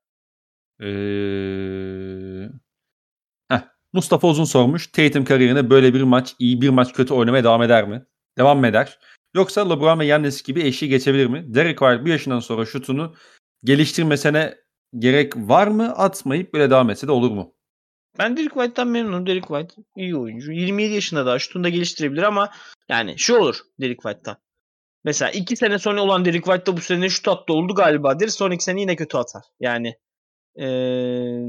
Eee, heh, Mustafa Uzun sormuş. Tatum kariyerine böyle bir maç, iyi bir maç kötü oynamaya devam eder mi? Devam mı eder? Yoksa LeBron ve Giannis gibi eşiği geçebilir mi? Derek White bu yaşından sonra şutunu geliştirmesine gerek var mı? Atmayıp böyle devam etse de olur mu? Ben Derek White'tan memnunum. Derek White iyi oyuncu. yirmi yedi yaşında daha şutunu da geliştirebilir ama yani şu olur Derek White'tan. Mesela iki sene sonra olan Derek White da bu sene şut attı oldu galiba deriz. Sonraki sene yine kötü atar. Yani ee,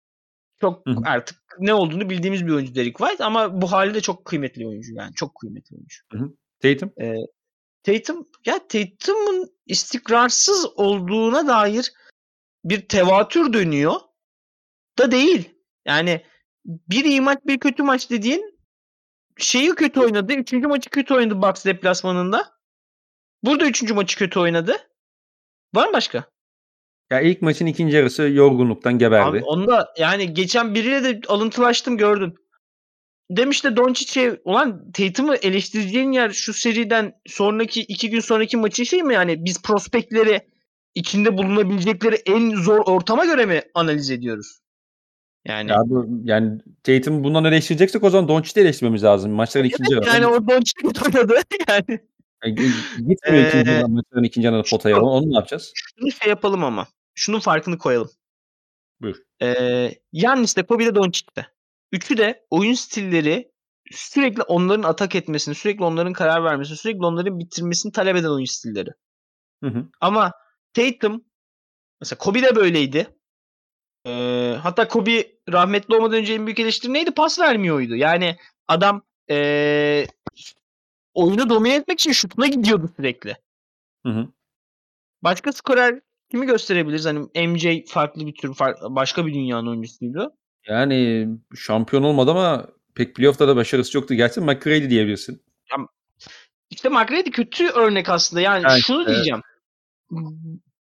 çok Hı hı. artık ne olduğunu bildiğimiz bir oyuncu Derek White ama bu hali de çok kıymetli bir oyuncu yani. Çok kıymetli oyuncu. Hı hı. Tatum? Ee, Tatum ya Tatum'un istikrarsız olduğuna dair bir tevatür dönüyor da değil. Yani bir iyi maç bir kötü maç dediğin şeyi kötü oynadı. Üçüncü maçı kötü oynadı Bucks deplasmanında. Burada üçüncü maçı kötü oynadı. Var mı başka? Ya ilk maçın ikinci yarısı yorgunluktan Abi geberdi. onda yani geçen biriyle de alıntılaştım gördüm. Demiş de Doncic'e ulan Tatum'u eleştireceğin yer şu seriden sonraki iki gün sonraki maçın şey mi yani biz prospektleri içinde bulunabilecekleri en zor ortama göre mi analiz ediyoruz? Ya Yani bu yani Tatum'u bundan eleştireceksek o zaman Doncic'i de eleştirmemiz lazım. Maçların ikinci evet yarısı yani o Doncic oynadı yani. e, gi gitmiyor ikinci Eee yarıda maçların ikinci yarıda potaya. şu, Onu ne yapacağız? şunu şey yapalım ama. Şunun farkını koyalım. Buyur. Eee Giannis de Kobe de Doncic de. Üçü de oyun stilleri sürekli onların atak etmesini, sürekli onların karar vermesini, sürekli onların bitirmesini talep eden oyun stilleri. Hı hı. Ama Tatum mesela Kobe de böyleydi. Ee, hatta Kobe rahmetli olmadan önce en büyük eleştiri neydi? Pas vermiyordu. Yani adam ee, oyunu domine etmek için şutuna gidiyordu sürekli. Hı hı. Başka skorer kimi gösterebiliriz? Hani M J farklı bir tür, farklı, başka bir dünyanın oyuncusuydu. Yani şampiyon olmadı ama pek playoff'ta da başarısı yoktu. Gerçi McGrady diyebilirsin. Ya, işte McGrady kötü örnek aslında. Yani Ha, şunu işte, evet. diyeceğim.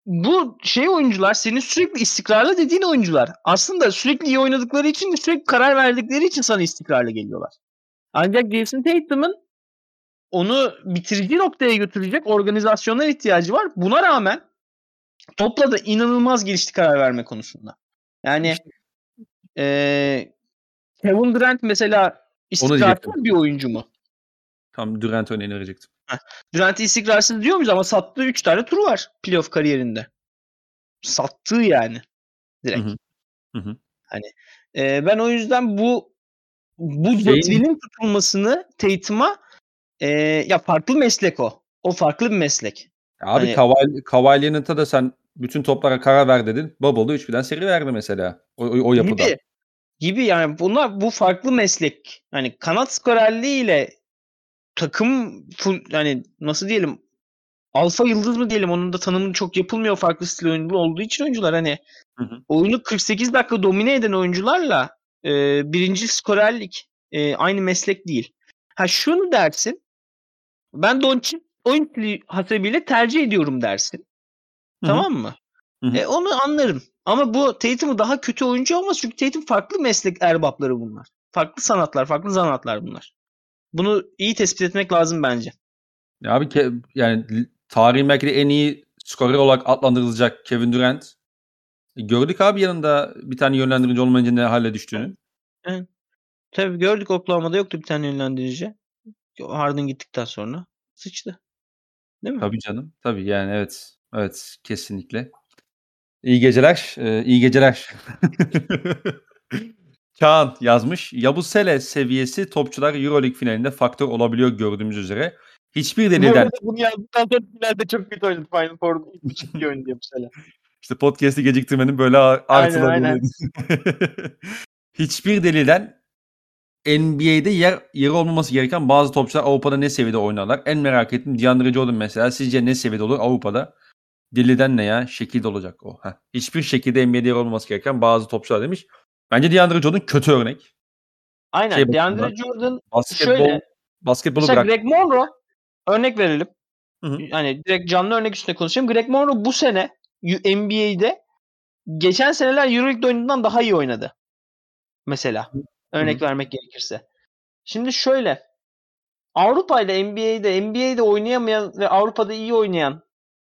bu şey oyuncular senin sürekli istikrarlı dediğin oyuncular. Aslında sürekli iyi oynadıkları için de sürekli karar verdikleri için sana istikrarlı geliyorlar. Ancak Jason Tatum'ın onu bitirici noktaya götürecek organizasyonlar ihtiyacı var. Buna rağmen topla da inanılmaz gelişti karar verme konusunda. Yani işte, ee, Kevin Durant mesela istikrarsız bir oyuncu mu? Tam Durant örneğini verecektim. Durant'i istikrarsız diyor muyuz ama sattığı üç tane turu var playoff kariyerinde. Sattığı yani. Direkt. Hı hı. Hı hı. Hani e, ben o yüzden bu bu doktrin tutulmasını Tatum'a e, ya farklı meslek o. O farklı bir meslek. Abi hani, Kawhi Leonard'a da sen bütün toplara karar ver dedin. Bubble'da üç birden seri verdi mesela. O, o, o yapıda. Gibi, gibi yani bunlar bu farklı meslek. Hani kanat skorerliği ile takım full yani nasıl diyelim alfa yıldız mı diyelim onun da tanımı çok yapılmıyor farklı stil oyuncu olduğu için oyuncular hani hı hı. oyunu kırk sekiz dakika domine eden oyuncularla e, birinci skorerlik e, aynı meslek değil. Ha şunu dersin ben Doncic oyun stili hasebiyle tercih ediyorum dersin. Hı hı. Tamam mı? Hı hı. E, onu anlarım. Ama bu Tatum'u daha kötü oyuncu olmaz çünkü Tatum farklı meslek erbapları bunlar. Farklı sanatlar, farklı zanaatlar bunlar. Bunu iyi tespit etmek lazım bence. Ya abi ke- yani tarihin belki de en iyi skorer olarak adlandırılacak Kevin Durant. E, gördük abi yanında bir tane yönlendirici olmayınca ne hale düştüğünü. Evet. Tabii gördük Oklahoma'da yoktu bir tane yönlendirici. Harden gittikten sonra sıçtı. Değil mi? Tabii canım. Tabii yani evet. Evet kesinlikle. İyi geceler. Ee, iyi geceler. Kaan yazmış. Yabusele seviyesi topçular Euroleague finalinde faktör olabiliyor gördüğümüz üzere. Hiçbir delilden... Bunu yazdıktan sonra finalde çok kötü oynadı. Final Four'da ilk üç iki oynadı mesela. İşte podcast'i geciktirmenin böyle artıları. Aynen aynen. Hiçbir delilden N B A'de yer, yeri olmaması gereken bazı topçular Avrupa'da ne seviyede oynarlar? En merak ettiğim DeAndre Jordan mesela. Sizce ne seviyede olur Avrupa'da? Deliden ne ya? Şekilde olacak o. Heh. Hiçbir şekilde N B A'de yer olmaması gereken bazı topçular demiş. Bence DeAndre Jordan kötü örnek. Aynen. Şey DeAndre Jordan basketbol, şöyle. basketbolu Mesela bırak. Greg Monroe örnek verelim. Hı hı. Hani direkt canlı örnek üstüne konuşayım. Greg Monroe bu sene N B A'de geçen seneler Euroleague'de oynadığından daha iyi oynadı. Mesela. Örnek Hı hı. vermek gerekirse. Şimdi şöyle. Avrupa ile N B A'de N B A'de oynayamayan ve Avrupa'da iyi oynayan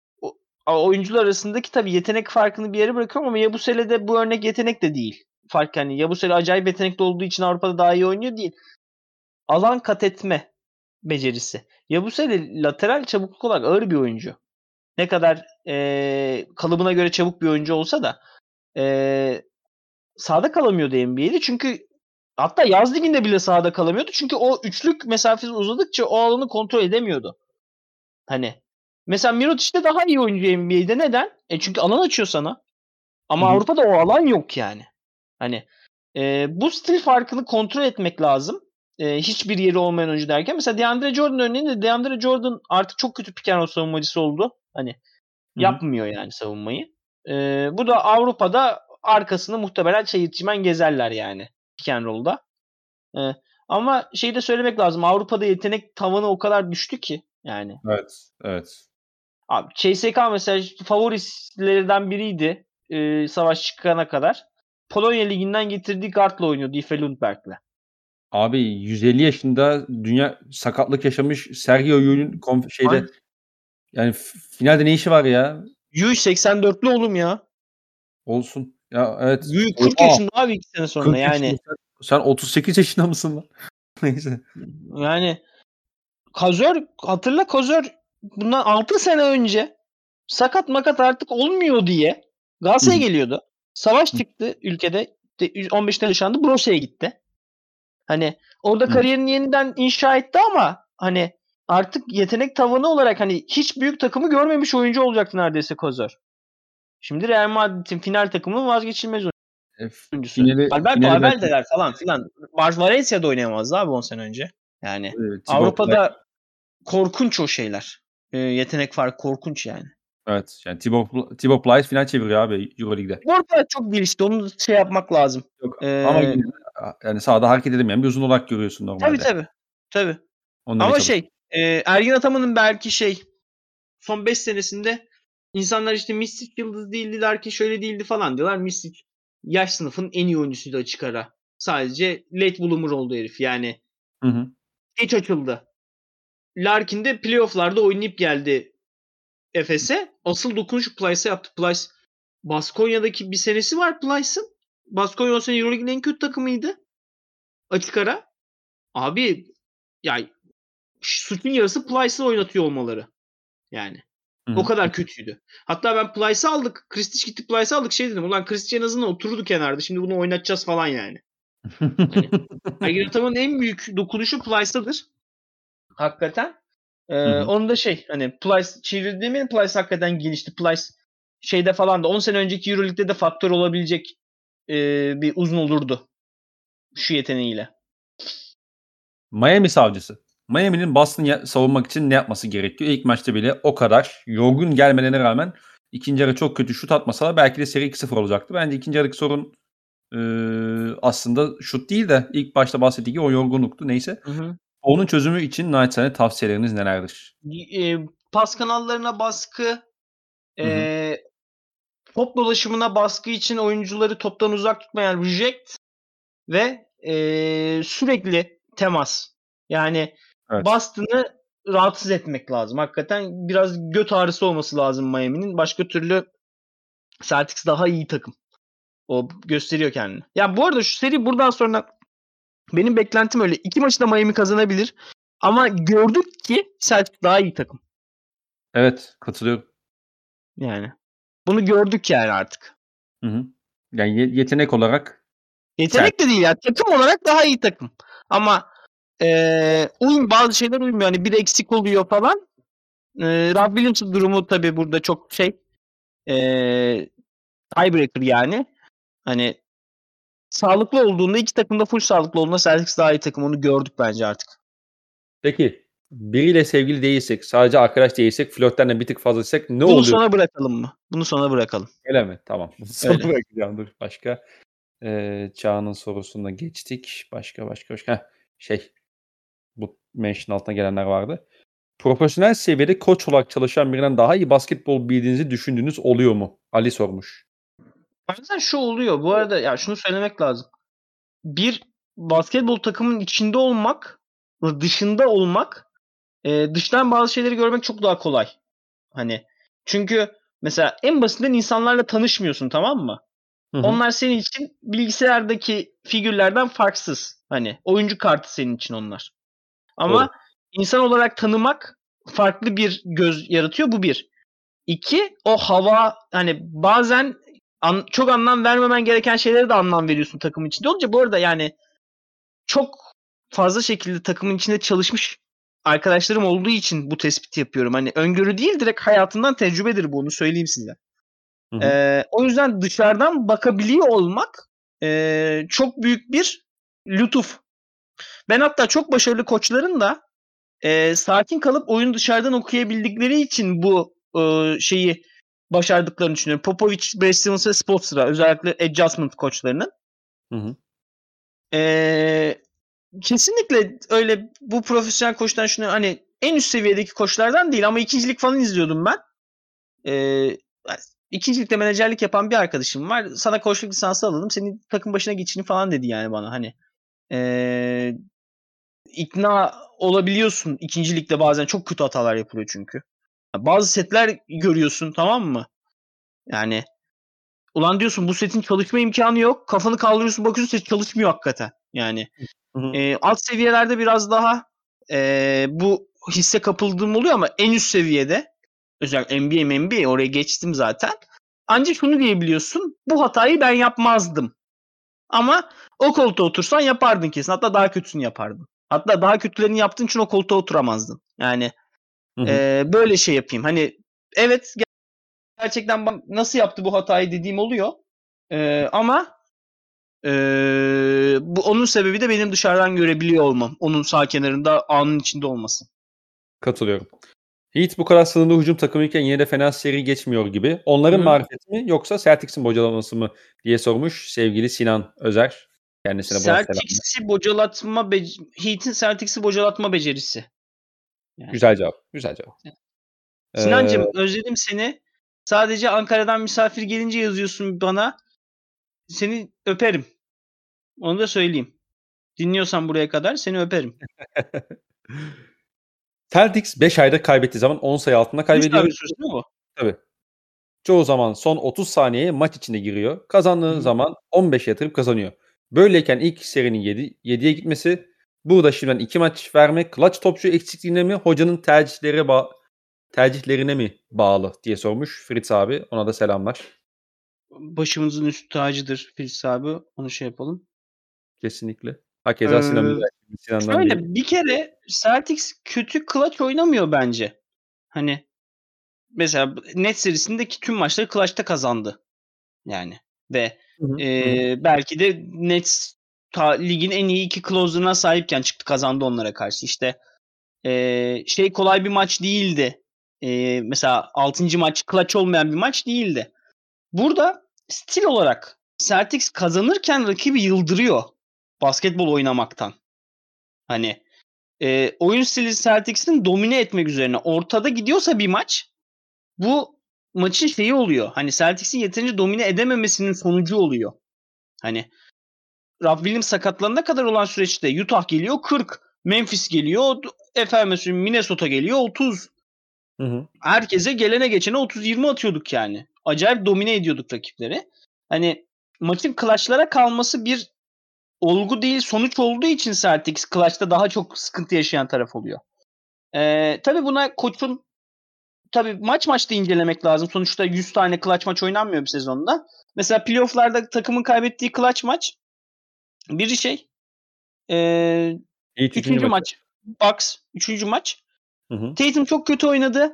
oyuncular arasındaki tabii yetenek farkını bir yere bırakıyorum ama Yabusele de bu örnek yetenek de değil. Fark hani Yabusele acayip yetenekli olduğu için Avrupa'da daha iyi oynuyor değil. Alan kat etme becerisi. Yabusele lateral çabukluk olarak ağır bir oyuncu. Ne kadar ee, kalıbına göre çabuk bir oyuncu olsa da ee, sahada kalamıyordu N B A'de. Çünkü hatta yaz liginde bile sahada kalamıyordu. Çünkü o üçlük mesafesi uzadıkça o alanı kontrol edemiyordu. Hani mesela Mirotic de daha iyi oyuncu N B A'de. Neden? E çünkü alan açıyor sana. Ama Hı hı. Avrupa'da o alan yok yani. Hani e, bu stil farkını kontrol etmek lazım. E, hiçbir yeri olmayan oyuncu derken. Mesela DeAndre Jordan örneğinde DeAndre Jordan artık çok kötü pick and roll savunmacısı oldu. Hani Hı hı. yapmıyor yani savunmayı. E, bu da Avrupa'da arkasını muhtemelen şey çimen gezerler yani pick and roll'da. E, ama şeyi de söylemek lazım. Avrupa'da yetenek tavanı o kadar düştü ki yani. Evet. Evet. Abi C S K mesela favorilerden biriydi e, savaş çıkana kadar. Polonya Ligi'nden getirdiği guardla oynuyordu Ife Lundberg'le. Abi yüz elli yaşında dünya sakatlık yaşamış Sergio Llull'ün konf- şeyde Aynen. yani f- finalde ne işi var ya? Llull seksen dörtlü oğlum ya. Olsun. Ya evet. Llull kırk Oha. yaşında abi iki sene sonra kırk yaşında. yani. Sen, sen otuz sekiz yaşında mısın lan? Neyse. Yani Kazör hatırla Kazör bundan altı sene önce sakat makat artık olmuyor diye Hı Galatasaray'a hı. geliyordu. Savaş çıktı ülkede. on beşte yaşandı. Brosya'ya gitti. Hani orada Hı hı. kariyerini yeniden inşa etti ama hani artık yetenek tavanı olarak hani hiç büyük takımı görmemiş oyuncu olacaktı neredeyse Kozor. Şimdi Real Madrid'in final takımının vazgeçilmez E, oyuncusu. finali, Alberto finali belki Abeldeler falan filan. Valencia'da oynayamazdı abi on sene önce. Yani e, Thibaut Play. Avrupa'da korkunç o şeyler. E, yetenek farkı korkunç yani. Evet. Yani Thibaut, Thibaut Play final çeviriyor abi Euroleague'de. Orada çok gelişti. Onu şey yapmak lazım. Yok. Ee, Ama yine de, yani sahada hareket edemeyen bir uzun olarak görüyorsun tabii normalde. tabii. Tabii. Onu demeye Ama çalışıyorum. şey e, Ergin Ataman'ın belki şey son beş senesinde insanlar işte Mystic yıldız değildiler ki şöyle değildi falan diyorlar. Mystic yaş sınıfının en iyi oyuncusuydu açık ara. Sadece late bloomer oldu herif yani. Hı hı. Geç açıldı. Larkin de playoff'larda oynayıp geldi Efes'e. Asıl dokunuşu Plyce'a yaptı. Plyce Baskonya'daki bir senesi var Plyce'ın. Baskonya o sene Euroleague'in en kötü takımıydı. Açık ara. Abi yani suçun yarısı Plyce'ı oynatıyor olmaları. Yani. Hı O hı. kadar kötüydü. Hatta ben Plyce'ı aldık. Kristiç gitti Plyce'ı aldık. Şey dedim. Ulan Kristiç en azından otururdu kenarda. Şimdi bunu oynatacağız falan yani. Hani Ergin Ataman'ın en büyük dokunuşu Plyce'dadır. Hakikaten. Ee, Hı hı. onu da şey hani Plyce çevirdi mi Plyce hakikaten gelişti. Plyce şeyde falan da on sene önceki Euroleague'de de faktör olabilecek e, bir uzun olurdu. Şu yeteneğiyle. Miami savcısı. Miami'nin Boston'ı savunmak için ne yapması gerekiyor? İlk maçta bile o kadar yorgun gelmelerine rağmen ikinci yarı çok kötü şut atmasalar belki de seri iki sıfır olacaktı. Bence ikinci yarıdaki sorun e, aslında şut değil de ilk başta bahsettiği gibi o yorgunluktu. Neyse. Hı hı. Onun çözümü için naçizane tavsiyeleriniz nelerdir? E, pas kanallarına baskı, Hı hı. e, top dolaşımına baskı için oyuncuları toptan uzak tutmayan reject ve e, sürekli temas. Yani Evet. Boston'ı rahatsız etmek lazım. Hakikaten biraz göt ağrısı olması lazım Miami'nin. Başka türlü Celtics daha iyi takım. O gösteriyor kendini. Ya bu arada şu seri buradan sonra benim beklentim öyle. İki maçı da Miami kazanabilir. Ama gördük ki Celtics daha iyi takım. Evet, katılıyorum. Yani. Bunu gördük yani artık. Hı hı. Yani ye- yetenek olarak sert. Yetenek de değil ya. Takım olarak daha iyi takım. Ama ee, uyum, bazı şeyler uymuyor. Hani bir eksik oluyor falan. Ee, Rob Williams'ın durumu tabii burada çok şey ee, tiebreaker yani. Hani sağlıklı olduğunda iki takım da full sağlıklı olduğunda Celtics daha iyi takım. Onu gördük bence artık. Peki biriyle sevgili değilsek, sadece arkadaş değilsek, flörtten de bir tık fazlaysak ne Bunu oluyor? sona bırakalım mı? Bunu sona bırakalım. Öyle mi? Tamam. Sonra Öyle. bırakacağım. Dur başka. Ee, Çağan'ın sorusuna geçtik. Başka başka başka. Heh, şey bu mention altına gelenler vardı. Profesyonel seviyede koç olarak çalışan birinden daha iyi basketbol bildiğinizi düşündüğünüz oluyor mu? Ali sormuş. Bazen şu oluyor. Bu arada ya şunu söylemek lazım. Bir basketbol takımının içinde olmak, dışında olmak, e, dıştan bazı şeyleri görmek çok daha kolay. Hani çünkü mesela en basitinden insanlarla tanışmıyorsun, tamam mı? Hı hı. Onlar senin için bilgisayardaki figürlerden farksız. Hani oyuncu kartı senin için onlar. Doğru. Ama insan olarak tanımak farklı bir göz yaratıyor. Bu bir. İki, o hava hani bazen an, çok anlam vermemen gereken şeylere de anlam veriyorsun takım içinde olunca. Bu arada yani çok fazla şekilde takımın içinde çalışmış arkadaşlarım olduğu için bu tespiti yapıyorum. Hani öngörü değil, direkt hayatından tecrübedir bu, onu söyleyeyim size. Hı hı. Ee, o yüzden dışarıdan bakabiliyor olmak e, çok büyük bir lütuf. Ben hatta çok başarılı koçların da e, sakin kalıp oyunu dışarıdan okuyabildikleri için bu e, şeyi başardıklarını düşünüyorum. Popovich, Brad Stevens ve Spoelstra özellikle adjustment koçlarının. Hı hı. E, kesinlikle öyle bu profesyonel koçtan şunu hani en üst seviyedeki koçlardan değil ama ikincilik falan izliyordum ben. E, ikincilikte menajerlik yapan bir arkadaşım var. Sana koçluk lisansı alalım. Senin takım başına geçini falan dedi yani bana. Hani e, ikna olabiliyorsun. İkincilikte bazen çok kötü hatalar yapılıyor çünkü. Bazı setler görüyorsun, tamam mı? Yani ulan diyorsun bu setin çalışma imkanı yok. Kafanı kaldırıyorsun, bakıyorsun set çalışmıyor hakikaten. Yani Hı hı. e, alt seviyelerde biraz daha e, bu hisse kapıldığım oluyor ama en üst seviyede özellikle N B A, N B A oraya geçtim zaten. Ancak şunu diyebiliyorsun. Bu hatayı ben yapmazdım. Ama o koltuğa otursan yapardın kesin. Hatta daha kötüsünü yapardın. Hatta daha kötülerini yaptığın için o koltuğa oturamazdın. Yani Hı hı. e, böyle şey yapayım. Hani evet gerçekten ben nasıl yaptı bu hatayı dediğim oluyor. E, ama e, bu onun sebebi de benim dışarıdan görebiliyor olmam. Onun sağ kenarında anın içinde olması. Katılıyorum. Heat bu kadar sınırlı hücum takımıyken yine de fena seri geçmiyor gibi. Onların Hı. marifeti mi yoksa Celtics'in bocalaması mı diye sormuş sevgili Sinan Özer. Kendisine buradan selamlar. Celtics'i bocalatma bec- Heat'in Celtics'i bocalatma becerisi. Yani. Güzel cevap. Güzel cevap. Ee, Sinancığım özledim seni. Sadece Ankara'dan misafir gelince yazıyorsun bana. Seni öperim. Onu da söyleyeyim. Dinliyorsan buraya kadar seni öperim. Celtics beş ayda kaybettiği zaman on sayı altında kaybediyor. üç süresi değil mi bu? Tabii. Çoğu zaman son otuz saniyeye maç içinde giriyor. Kazandığı Hı-hı. zaman on beş yatırıp kazanıyor. Böyleyken ilk serinin yedi, yediye gitmesi, burada şimdiden iki maç vermek clutch topçu eksikliğine mi, hocanın tercihleri ba- tercihlerine mi bağlı diye sormuş Fritz abi. Ona da selamlar. Başımızın üstü tacıdır Fritz abi. Onu şey yapalım. Kesinlikle. Hakeza Sinan Ee, Sinan'dan şöyle değil. bir kere Celtics kötü clutch oynamıyor bence. Hani mesela Nets serisindeki tüm maçları clutch'ta kazandı. Yani ve Hı hı, e, hı. belki de Nets ta, ligin en iyi iki closer'ına sahipken çıktı kazandı onlara karşı. İşte e, şey kolay bir maç değildi. E, mesela altıncı maç clutch olmayan bir maç değildi. Burada stil olarak Celtics kazanırken rakibi yıldırıyor basketbol oynamaktan. Hani e, oyun stili Celtics'in domine etmek üzerine. Ortada gidiyorsa bir maç bu maçın şeyi oluyor. Hani Celtics'in yeterince domine edememesinin sonucu oluyor. Hani Rob Williams sakatlanana kadar olan süreçte Utah geliyor kırk, Memphis geliyor, efendim Minnesota geliyor otuz. Hı hı. Herkese gelene geçene otuz yirmi atıyorduk yani. Acayip domine ediyorduk rakipleri. Hani maçın clutch'lara kalması bir olgu değil sonuç olduğu için Celtics clutch'ta daha çok sıkıntı yaşayan taraf oluyor. Ee, tabii buna koçun tabii maç maçta incelemek lazım. Sonuçta yüz tane clutch maç oynanmıyor bir sezonda. Mesela playoff'larda takımın kaybettiği clutch maç biri şey ee, İlk üçüncü üçüncü maçı. maç Bucks üçüncü maç. Hı hı. Tatum çok kötü oynadı.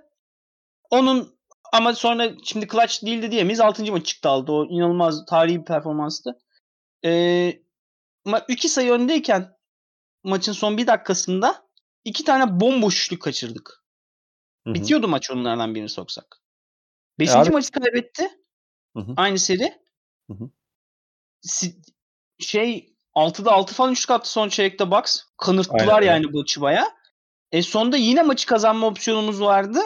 Onun ama sonra şimdi clutch değildi diyemeyiz. altıncı maç çıktı aldı. O inanılmaz tarihi bir performanstı. Ee, iki sayı öndeyken maçın son bir dakikasında iki tane bomboş üçlük kaçırdık. Hı hı. Bitiyordu maç onlardan birini soksak. E Beşinci abi. maçı kaybetti. Hı hı. Aynı seri. Hı hı. Si- şey altıda altı falan üçlük attı son çeyrekte Bucks. Aynen Kanırttılar öyle. yani bu maçı baya. E sonda yine maçı kazanma opsiyonumuz vardı.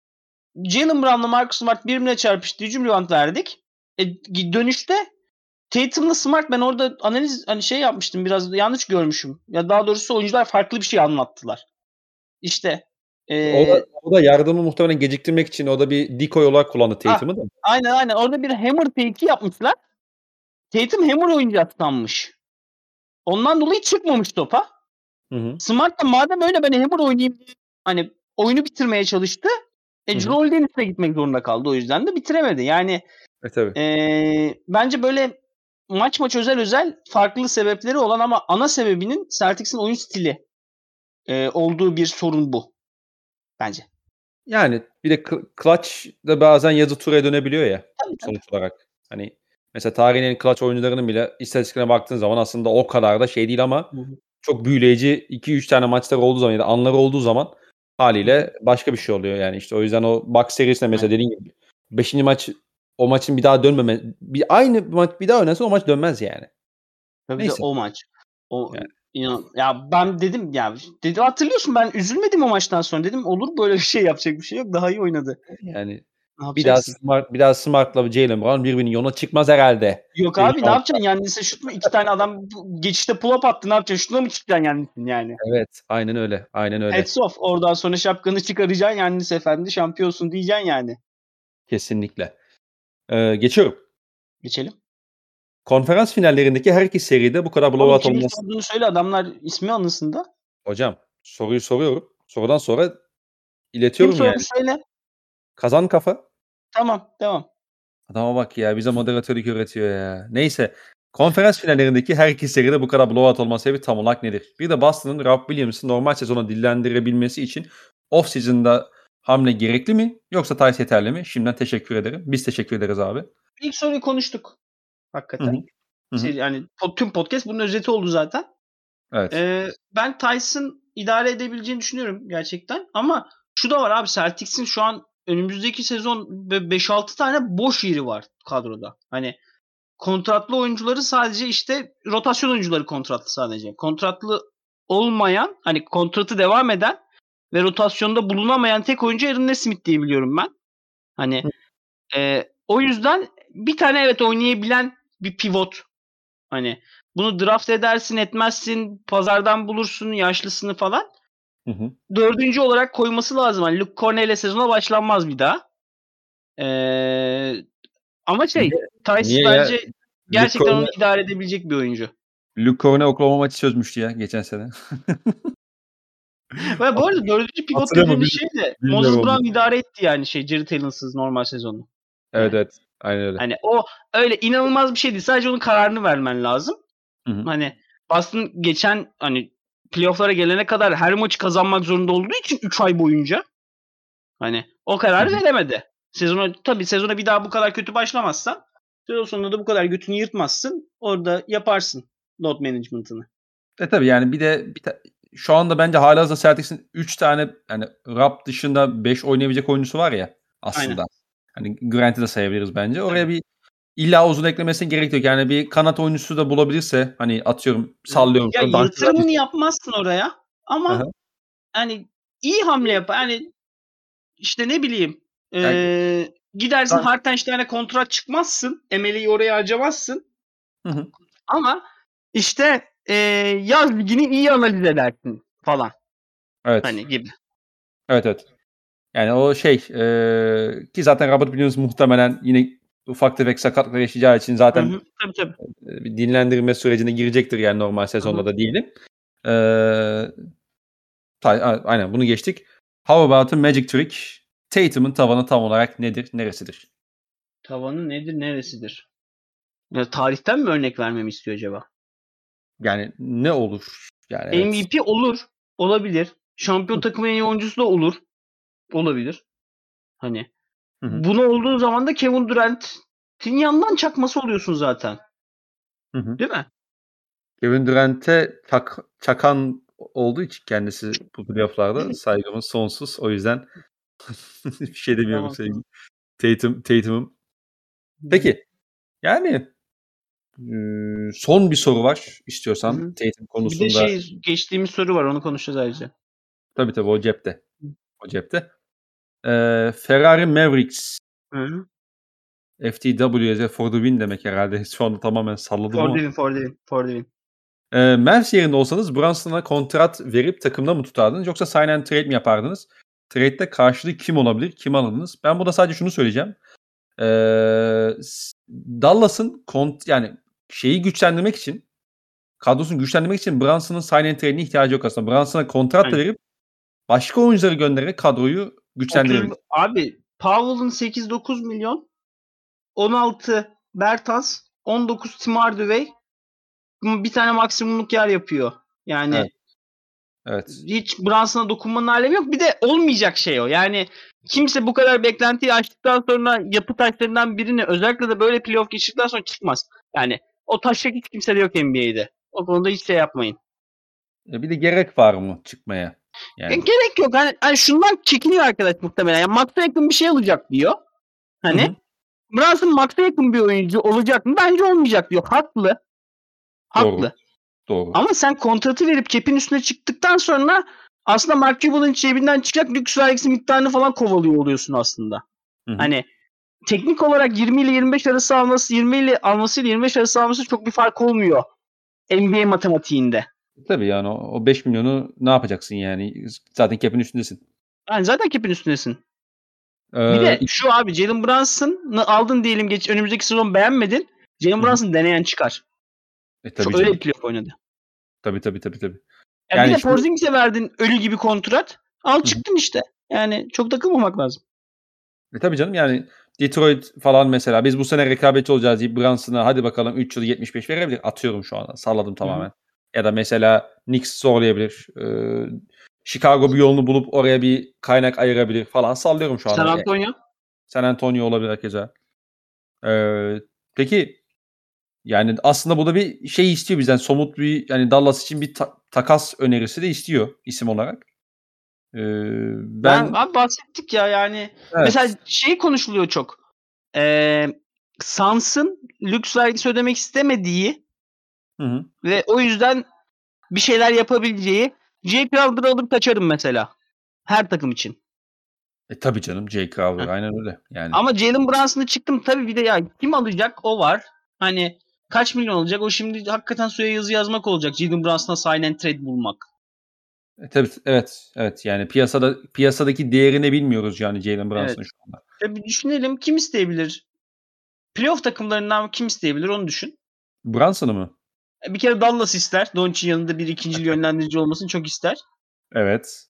Jaylen Brown'la Marcus Smart birbirine çarpıştı. Hücum rebound verdik. E, dönüşte Tatum'la Smart ben orada analiz hani şey yapmıştım biraz yanlış görmüşüm. Ya daha doğrusu oyuncular farklı bir şey anlattılar. İşte O da, ee, o da yardımı muhtemelen geciktirmek için o da bir decoy olarak kullandı ah, Tatum'u da. aynen aynen orada bir hammer fake'i yapmışlar. Tatum hammer oyuncağı sanmış. Ondan dolayı çıkmamış topa. Hı hı. Smart da madem öyle ben hammer oynayayım diye hani oyunu bitirmeye çalıştı. Hı E, hı. Joel Dennis'e gitmek zorunda kaldı. O yüzden de bitiremedi. Yani E tabii. ee, bence böyle maç maç özel özel farklı sebepleri olan ama ana sebebinin Celtics'in oyun stili e, olduğu bir sorun bu. Bence. Yani bir de cl clutch da bazen yazı turaya dönebiliyor ya Tabii tabii. sonuç olarak. Hani mesela tarihin en clutch oyuncularının bile istatistiklerine baktığın zaman aslında o kadar da şey değil ama Hı hı. çok büyüleyici iki üç tane maçları olduğu zaman ya da anları olduğu zaman Hı hı. hâliyle başka bir şey oluyor yani. İşte o yüzden o Bucks serisinde mesela Aynen. dediğin gibi beşinci maç o maçın bir daha dönmeme bir aynı maç bir daha oynansa o maç dönmez yani. Tabii de Neyse. o maç. O Yani. inan ya ben dedim ya dedi hatırlıyorsun ben üzülmedim o maçtan sonra dedim olur böyle bir şey yapacak bir şey yok daha iyi oynadı. Yani Ne bir daha yapacaksın? Smart bir daha Smart'la Jaylen Brown birbirinin yoluna çıkmaz herhâlde. Yok Benim abi şu ne an yapacaksın yani sen şut mu iki tane adam geçişte pull up attı ne yapacaksın şutuna mı çıkacaksın yani yani. Evet, aynen öyle, aynen öyle. Heads off oradan sonra şapkanı çıkaracaksın yani efendi şampiyonsun diyeceksin yani. Kesinlikle. Eee, geçiyorum. Geçelim. Konferans finallerindeki her iki seride bu kadar Oğlum blowout kimin olması. sorduğunu söyle adamlar ismi anlasın da. Hocam soruyu soruyorum. Sorudan sonra Kim iletiyorum yani. sormuş söyle. Kazan kafa. Tamam devam. Adama bak ya bize moderatörlük öğretiyor ya. Neyse. Konferans finallerindeki her iki seride bu kadar blowout olma sebebi tam olarak nedir? Bir de Boston'ın Rob Williams'ı normal sezona dillendirebilmesi için off-season'da hamle gerekli mi yoksa Tice yeterli mi? Şimdiden teşekkür ederim. Biz teşekkür ederiz abi. İlk soruyu konuştuk. Hı hı. Hakikaten. Hı hı. Yani tüm podcast bunun özeti oldu zaten. Evet. Ee, ben Tyson idare edebileceğini düşünüyorum gerçekten. Ama şu da var abi Celtics'in şu an önümüzdeki sezon beş altı tane boş yeri var kadroda. Hani kontratlı oyuncuları sadece işte rotasyon oyuncuları kontratlı sadece. Kontratlı olmayan hani kontratı devam eden ve rotasyonda bulunamayan tek oyuncu Aaron Nesmith diye biliyorum ben. Hani Ee, o yüzden bir tane evet oynayabilen bir pivot. Hani bunu draft edersin etmezsin, pazardan bulursun yaşlısını falan. Hı hı. Dördüncü olarak koyması lazım. Hani Luke Cornell'e sezona başlanmaz bir daha. Ee, ama şey, Niye, Tice niye ya? bence Luke gerçekten onu Cornell, idare edebilecek bir oyuncu. Luke Cornell Oklahoma maçı çözmüştü ya geçen sene. Ve bu arada Hatır- dördüncü pivot Hatırlıyor mu? dediğimiz Bil- şey de Moses Bilmiyorum onu. Brown idare etti yani şey Jared Allen'sız normal sezonu. Evet Yani. evet. Aynen öyle. Hani o öyle inanılmaz bir şey değil. Sadece onun kararını vermen lazım. Hı hı. Hani Boston geçen hani playoff'lara gelene kadar her maçı kazanmak zorunda olduğu için üç ay boyunca hani o kararı Hı hı. veremedi. Sezona tabii sezona bir daha bu kadar kötü başlamazsan sezon sonunda da bu kadar götünü yırtmazsın. Orada yaparsın load management'ını. E tabii yani bir de bir ta- şu anda bence halihazırda Celtics'in üç tane yani Rapp dışında beş oynayabilecek oyuncusu var ya aslında. Aynen. Hani Grant'i de sayabiliriz bence. Oraya Tabii. bir illa uzun eklemesine gerek yok. Yani bir kanat oyuncusu da bulabilirse hani atıyorum sallıyorum Ya şu an Duncan yatırımını Robinson. yapmazsın oraya Hı ama hı. hani iyi hamle yap. Yani işte ne bileyim Yani, ee, gidersin Dun- Hartenstein'e kontrat çıkmazsın. Emeli'yi oraya harcamazsın. Hı hı. Ama işte ee, yaz ligini iyi analiz edersin falan. Evet. Hani gibi. Evet evet. Yani o şey eee, ki zaten Robert Williams muhtemelen yine ufak tefek sakatlıklar yaşayacağı için Hı zaten hı. Tabii tabii. e, bir dinlendirme sürecine girecektir yani normal Hı hı. sezonda da diyelim. Eee ta- a- aynen bunu geçtik. How about a magic trick? Tatum'un tavanı tam olarak nedir, neresidir? Tavanı nedir, neresidir? Ya, tarihten mi örnek vermemi istiyor acaba? Yani ne olur? Yani evet. M V P olur. Olabilir. Şampiyon takımın en iyi oyuncusu da olur. Olabilir. Hani Hı hı. bunu olduğu zaman da Kevin Durant'in yandan çakması oluyorsun zaten. Hı hı. Değil mi? Kevin Durant'e çak, çakan olduğu için kendisi bu playoff'larda saygımız sonsuz. O yüzden bir şey demiyorum Tamam sevgili tamam. Tatum, Tatum'um. Peki yani eee, son bir soru var Hı istiyorsan hı. Tatum Bir de konusunda. şey geçtiğimiz soru var onu konuşacağız ayrıca. Tabii tabii o cepte. O cepte. Eee, Ferrari Mavericks Hı hı. F T W yazıyor. For the win demek herhalde. Şu anda tamamen salladım For the ama. win, for the win, for the win. Eee Mavs yerinde olsanız Brunson'a kontrat verip takımda mı tutardınız yoksa sign and trade mi yapardınız? Trade'de karşılığı kim olabilir? Kim alırdınız? Ben burada sadece şunu söyleyeceğim. Eee, s Dallas'ın kont yani şeyi güçlendirmek için, kadrosunu güçlendirmek için Brunson'ın sign and trade'ine ihtiyacı yok aslında. Brunson'a kontrat da Aynen. verip başka oyuncuları göndererek kadroyu otuz güçlendirebilir. abi Powell'ın sekiz dokuz milyon, on altı Bertans, on dokuz Tim Hardaway bir tane maksimumluk yer yapıyor. Evet, Yani evet. hiç Brunson'a dokunmanın alemi yok. Bir de olmayacak şey o. Yani kimse bu kadar beklentiyi aştıktan sonra yapı taşlarından birini özellikle de böyle playoff geçirdikten sonra çıkmaz. Yani o taşak hiç kimsede yok N B A'de. O konuda hiç şey yapmayın. E, bir de gerek var mı çıkmaya? Ya Yani. gerek yok. Hani, hani şundan çekiniyor arkadaş muhtemelen. Yani Max'a yakın bir şey alacak diyor. Hı Hani hı. Brunson Max'a yakın bir oyuncu olacak mı? Bence olmayacak diyor. Haklı. Doğru, Haklı. doğru. Ama sen kontratı verip cap'in üstüne çıktıktan sonra aslında Mark Cuban'ın cebinden çıkacak lüks vergisi miktarını falan kovalıyor oluyorsun aslında. Hı hı. Hani teknik olarak yirmi ile yirmi beş arası alması, yirmi ile alması ile yirmi beş arası alması çok bir fark olmuyor N B A matematiğinde. Tabii yani o o beş milyonu ne yapacaksın yani? Zaten cap'in üstündesin. Yani zaten cap'in üstündesin. Bir Eee, de ik şu abi Jalen Brunson'ı aldın diyelim geç önümüzdeki sezon beğenmedin. Jalen Hı hı. Brunson deneyen çıkar. E, Şu tabii öyle canım. bir playoff oynadı. Tabii, tabii, tabii, tabii. Ya bir Yani de şimdi. Porzingis'e verdin ölü gibi kontrat. Al Hı hı. çıktın işte. Yani çok takılmamak lazım. E, tabii canım yani Detroit falan mesela biz bu sene rekabetçi olacağız deyip Brunson'a hadi bakalım üç yıl yetmiş beş verebilir. Atıyorum şu anda. Salladım Hı hı. tamamen. Ya da mesela Knicks zorlayabilir. Eee, Chicago bir yolunu bulup oraya bir kaynak ayırabilir falan. Sallıyorum şu San anda. Ya, Antonio. San Antonio olabilir hakeza. Eee, peki yani aslında bu da bir şey istiyor bizden. Somut bir yani Dallas için bir ta takas önerisi de istiyor isim olarak. Eee, Ben ben abi bahsettik ya yani. evet. Mesela şey konuşuluyor çok. Ee, Suns'ın lüks vergisi ödemek istemediği Hı hı. ve o yüzden bir şeyler yapabileceği Jay Crowder'ı alıp kaçarım mesela. Her takım için. E tabii canım. Jay Crowder. Heh. Aynen öyle. Yani. Ama Jalen Brunson'ı çıktım tabii bir de ya kim alacak o var. Hani kaç milyon olacak? O şimdi hakikaten suya yazı yazmak olacak. Jalen Brunson'a sign and trade bulmak. E tabii evet. Evet yani piyasada piyasadaki değerini bilmiyoruz yani Jalen Brunson'ın Evet. şu anda. E bir düşünelim kim isteyebilir? Playoff takımlarından kim isteyebilir onu düşün. Brunson'ı mı? E bir kere Dallas ister. Doncic'in yanında bir ikinci yönlendirici olmasını çok ister. Evet.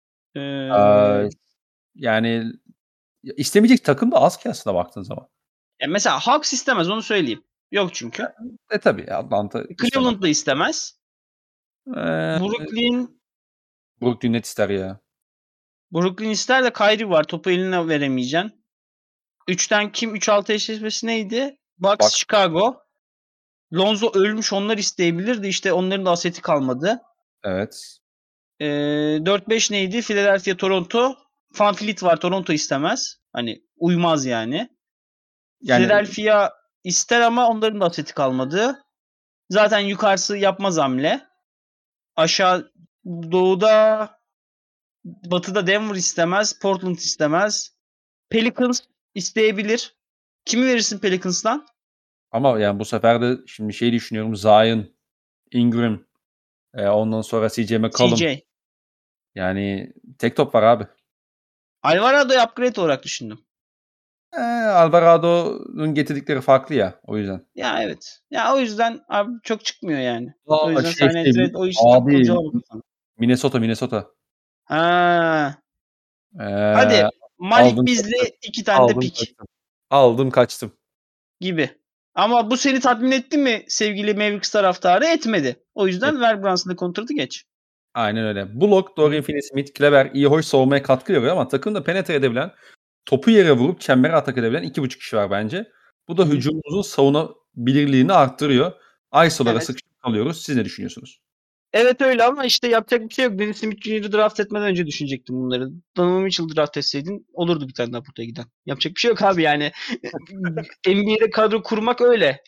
Aaa, Ee, yani istemeyecek takım da az ki aslında baktığın zaman. ya mesela Hawks istemez onu söyleyeyim. Yok çünkü. E tabii Atlanta istemez. Cleveland da istemez. Eee, Brooklyn Brooklyn net ister ya. Brooklyn ister de Kyrie var. Topu eline veremeyeceksin. Üçten kim? üç altı eşleşmesi neydi? Bucks, Bak Chicago. Lonzo ölmüş onlar isteyebilirdi. İşte onların da aseti kalmadı. evet. Ee, dört beş neydi? Philadelphia, Toronto. VanVleet var. Toronto istemez. Hani uymaz yani. Yani Philadelphia ister ama onların da aseti kalmadı. Zaten yukarısı yapmaz hamle. Aşağı doğuda batıda Denver istemez. Portland istemez. Pelicans isteyebilir. Kimi verirsin Pelicans'tan? ama yani bu sefer de şimdi şey düşünüyorum Zion, Ingram, eee, ondan sonra C J C McCollum. J. Yani tek top var abi. Alvarado'yu upgrade olarak düşündüm. Eee, Alvarado'nun getirdikleri farklı ya o yüzden. Ya evet. Ya o yüzden abi çok çıkmıyor yani. O A, yüzden şey sign and isteyebilir. trade o işi çok Abi kurcalamadım sana. Minnesota, Minnesota. Ha. Eee, Hadi Malik aldım kaçtım. Beasley iki tane de Aldım pick kaçtım. Aldım kaçtım. gibi. Ama bu seni tatmin etti mi sevgili Mavericks taraftarı? Etmedi. O Et yüzden ver Brunson'la kontratı geç. Aynen öyle. Bullock, Hı hı. Dorian Finney-Smith, Kleber iyi hoş savunmaya katkı veriyor ama takımda penetre edebilen, topu yere vurup çembere atak edebilen iki buçuk kişi var bence. Bu da Hı hı. hücumumuzun savunabilirliğini arttırıyor. ISO'lara Evet. sıkışıp kalıyoruz. Siz ne düşünüyorsunuz? Evet öyle ama işte yapacak bir şey yok. Dennis Smith Junior'ı draft etmeden önce düşünecektim bunları. Donovan Mitchell draft etseydin olurdu bir tane daha potaya giden. Yapacak bir şey yok abi yani. N B A'de kadro kurmak öyle.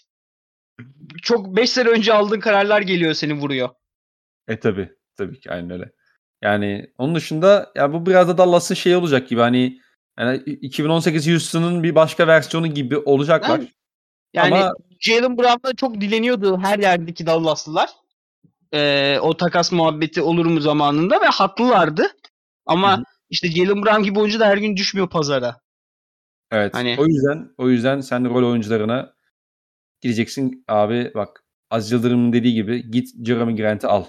Çok beş sene önce aldığın kararlar geliyor seni vuruyor. E, tabii. Tabii ki. Aynen öyle. Yani onun dışında ya bu biraz da Dallas'ın şeyi olacak gibi hani yani i iki bin on sekiz Houston'ın bir başka versiyonu gibi olacaklar. Ben yani Ama Jaylen Brown'da çok dileniyordu her yerdeki Dallaslılar. Ee, o takas muhabbeti olur mu zamanında ve haklılardı. Hı hı. Ama işte Jaylen Brown gibi oyuncu da her gün düşmüyor pazara. Evet. Hani O yüzden o yüzden sen rol oyuncularına gideceksin abi bak Aziz Yıldırım'ın dediği gibi git Jeremy Grant'i al.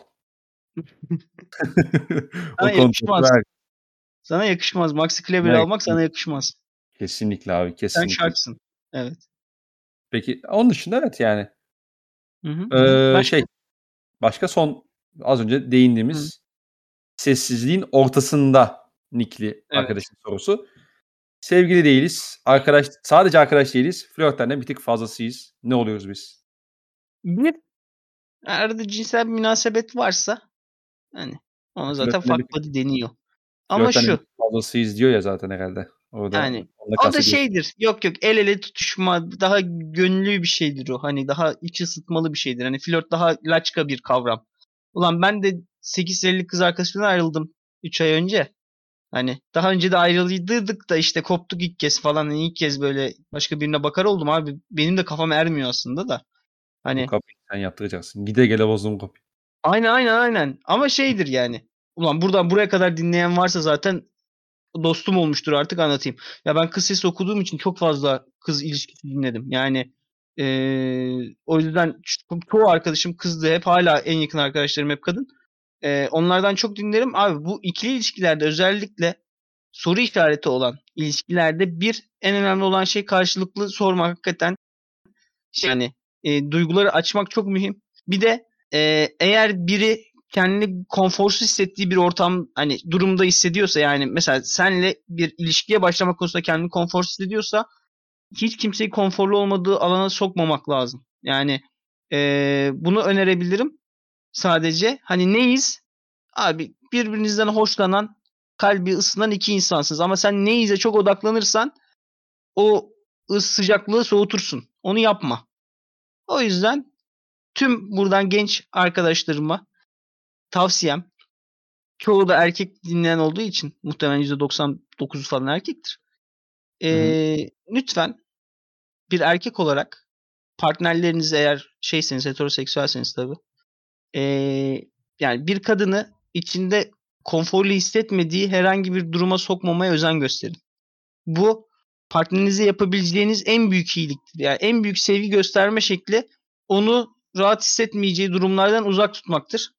sana O kontratı yakışmaz. ver. Sana yakışmaz. Maxi Kleber'i Evet, almak sana yakışmaz. kesinlikle abi, Sen kesinlikle. şarksın. Evet. Peki onun dışında evet yani. Hı hı. Eee, Başka? şey başka son az önce Hı. değindiğimiz sessizliğin ortasında nick'li Evet. arkadaşın sorusu. Sevgili değiliz. Arkadaş sadece arkadaş değiliz. Flörtten de bir tık fazlasıyız. Ne oluyoruz biz? Bir arada cinsel bir münasebet varsa hani ona zaten Flörtten de bir fuck tık buddy deniyor. Ama flörtten de bir şu tık fazlasıyız diyor ya zaten herhâlde. Orada yani onu da o da kastediyorsun. şeydir. Yok yok el ele tutuşma daha gönüllü bir şeydir o. Hani daha iç ısıtmalı bir şeydir. Hani flört daha laçka bir kavram. Ulan ben de sekiz senelik kız arkadaşımdan ayrıldım üç ay önce. Hani daha önce de ayrılıydık da işte koptuk ilk kez falan. Hani ilk kez böyle başka birine bakar oldum abi. Benim de kafam ermiyor aslında da. Bu Hani kapıyı sen yaptıracaksın. Gide gele bozdum kapıyı. aynen aynen aynen. Ama şeydir yani. Ulan buradan buraya kadar dinleyen varsa zaten dostum olmuştur artık anlatayım. Ya ben kız sesi okuduğum için çok fazla kız ilişkisi dinledim. Yani eee, o yüzden ço- çoğu arkadaşım kızdı. Hep hala en yakın arkadaşlarım hep kadın. Eee, onlardan çok dinlerim. Abi bu ikili ilişkilerde özellikle soru işareti olan ilişkilerde bir en önemli olan şey karşılıklı sormak hakikaten. Şey, yani e, duyguları açmak çok mühim. Bir de e, eğer biri kendini konforsuz hissettiği bir ortam hani durumda hissediyorsa yani mesela senle bir ilişkiye başlamak konusunda kendini konforsuz hissediyorsa hiç kimseyi konforlu olmadığı alana sokmamak lazım. Yani e, bunu önerebilirim sadece. Hani neyiz? Abi birbirinizden hoşlanan, kalbi ısınan iki insansınız. Ama sen neyize çok odaklanırsan o ıs sıcaklığı soğutursun. Onu yapma. O yüzden tüm buradan genç arkadaşlarıma tavsiyem çoğu da erkek dinleyen olduğu için muhtemelen yüzde doksan dokuzu falan erkektir. Ee, lütfen bir erkek olarak partnerleriniz eğer şeyseniz, heteroseksüelseniz tabii. Ee, yani bir kadını içinde konforlu hissetmediği herhangi bir duruma sokmamaya özen gösterin. Bu partnerinize yapabileceğiniz en büyük iyiliktir. Yani en büyük sevgi gösterme şekli onu rahat hissetmeyeceği durumlardan uzak tutmaktır.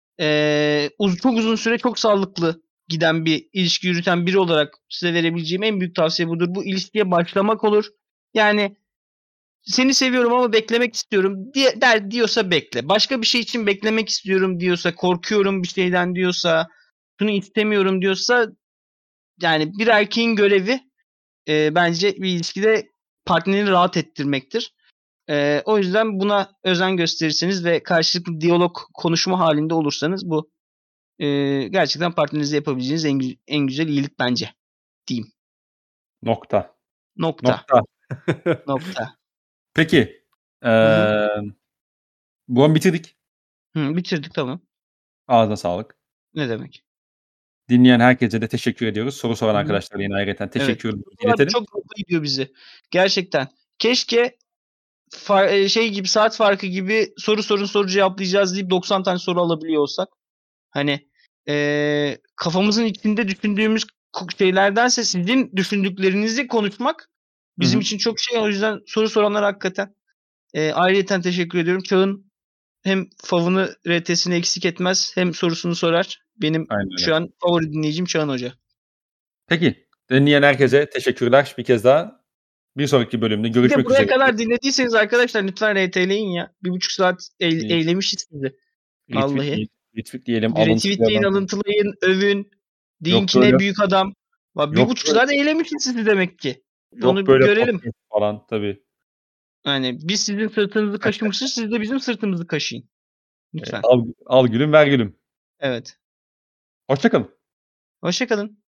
Ee, uz- çok uzun süre çok sağlıklı giden bir ilişki yürüten biri olarak size verebileceğim en büyük tavsiye budur. Bu ilişkiye başlamak olur. Yani seni seviyorum ama beklemek istiyorum diye der diyorsa bekle. Başka bir şey için beklemek istiyorum diyorsa, korkuyorum bir şeyden diyorsa, şunu istemiyorum diyorsa, yani bir erkeğin görevi e, bence bir ilişkide partnerini rahat ettirmektir. E, o yüzden buna özen gösterirseniz ve karşılıklı diyalog, konuşma halinde olursanız bu e, gerçekten partnerinize yapabileceğiniz en, gü- en güzel iyilik bence diyeyim. Nokta. Nokta. Nokta. Nokta. Peki. Hı hı. Eee bu an bitirdik. Hı, bitirdik, tamam. Ağzına sağlık. Ne demek? Dinleyen herkese de teşekkür ediyoruz. Soru soran Hı hı. arkadaşlara yine ayrıyeten Evet. teşekkürlerimizi Sorular iletelim. çok mutlu ediyor bizi. Gerçekten. Keşke far- e, şey gibi, saat farkı gibi soru sorun soru cevaplayacağız deyip doksan tane soru alabiliyor olsak. Hani e, kafamızın içinde düşündüğümüz ko- şeylerdense sizin düşündüklerinizi konuşmak Hı bizim hı. için çok şey. O yüzden soru soranlara hakikaten e, ayrıyeten teşekkür ediyorum. Çağın hem favını, R T'sini eksik etmez, hem sorusunu sorar. Benim Aynen öyle. şu an favori dinleyicim Çağın Hoca. Peki. Dinleyen herkese teşekkürler bir kez daha. Bir sonraki bölümde Bir de görüşmek buraya üzere. kadar dinlediyseniz arkadaşlar lütfen R T'leyin ya. Bir buçuk saat eğ- Bir eğlemişiz sizi. Vallahi. retweetleyelim, retweetleyelim, Bir retweetleyin, alıntılayalım. alıntılayın, övün. Deyin Yok ki böyle ne büyük adam. Bak, bir yok buçuk böyle saat eğlemişiz sizi demek ki. yok Onu bir böyle görelim. podcast falan tabii. Yani biz sizin sırtınızı kaşımışız, siz de bizim sırtımızı kaşıyın. Eee, Lütfen. al al gülüm ver gülüm. Evet. Hoşça kalın. Hoşça kalın.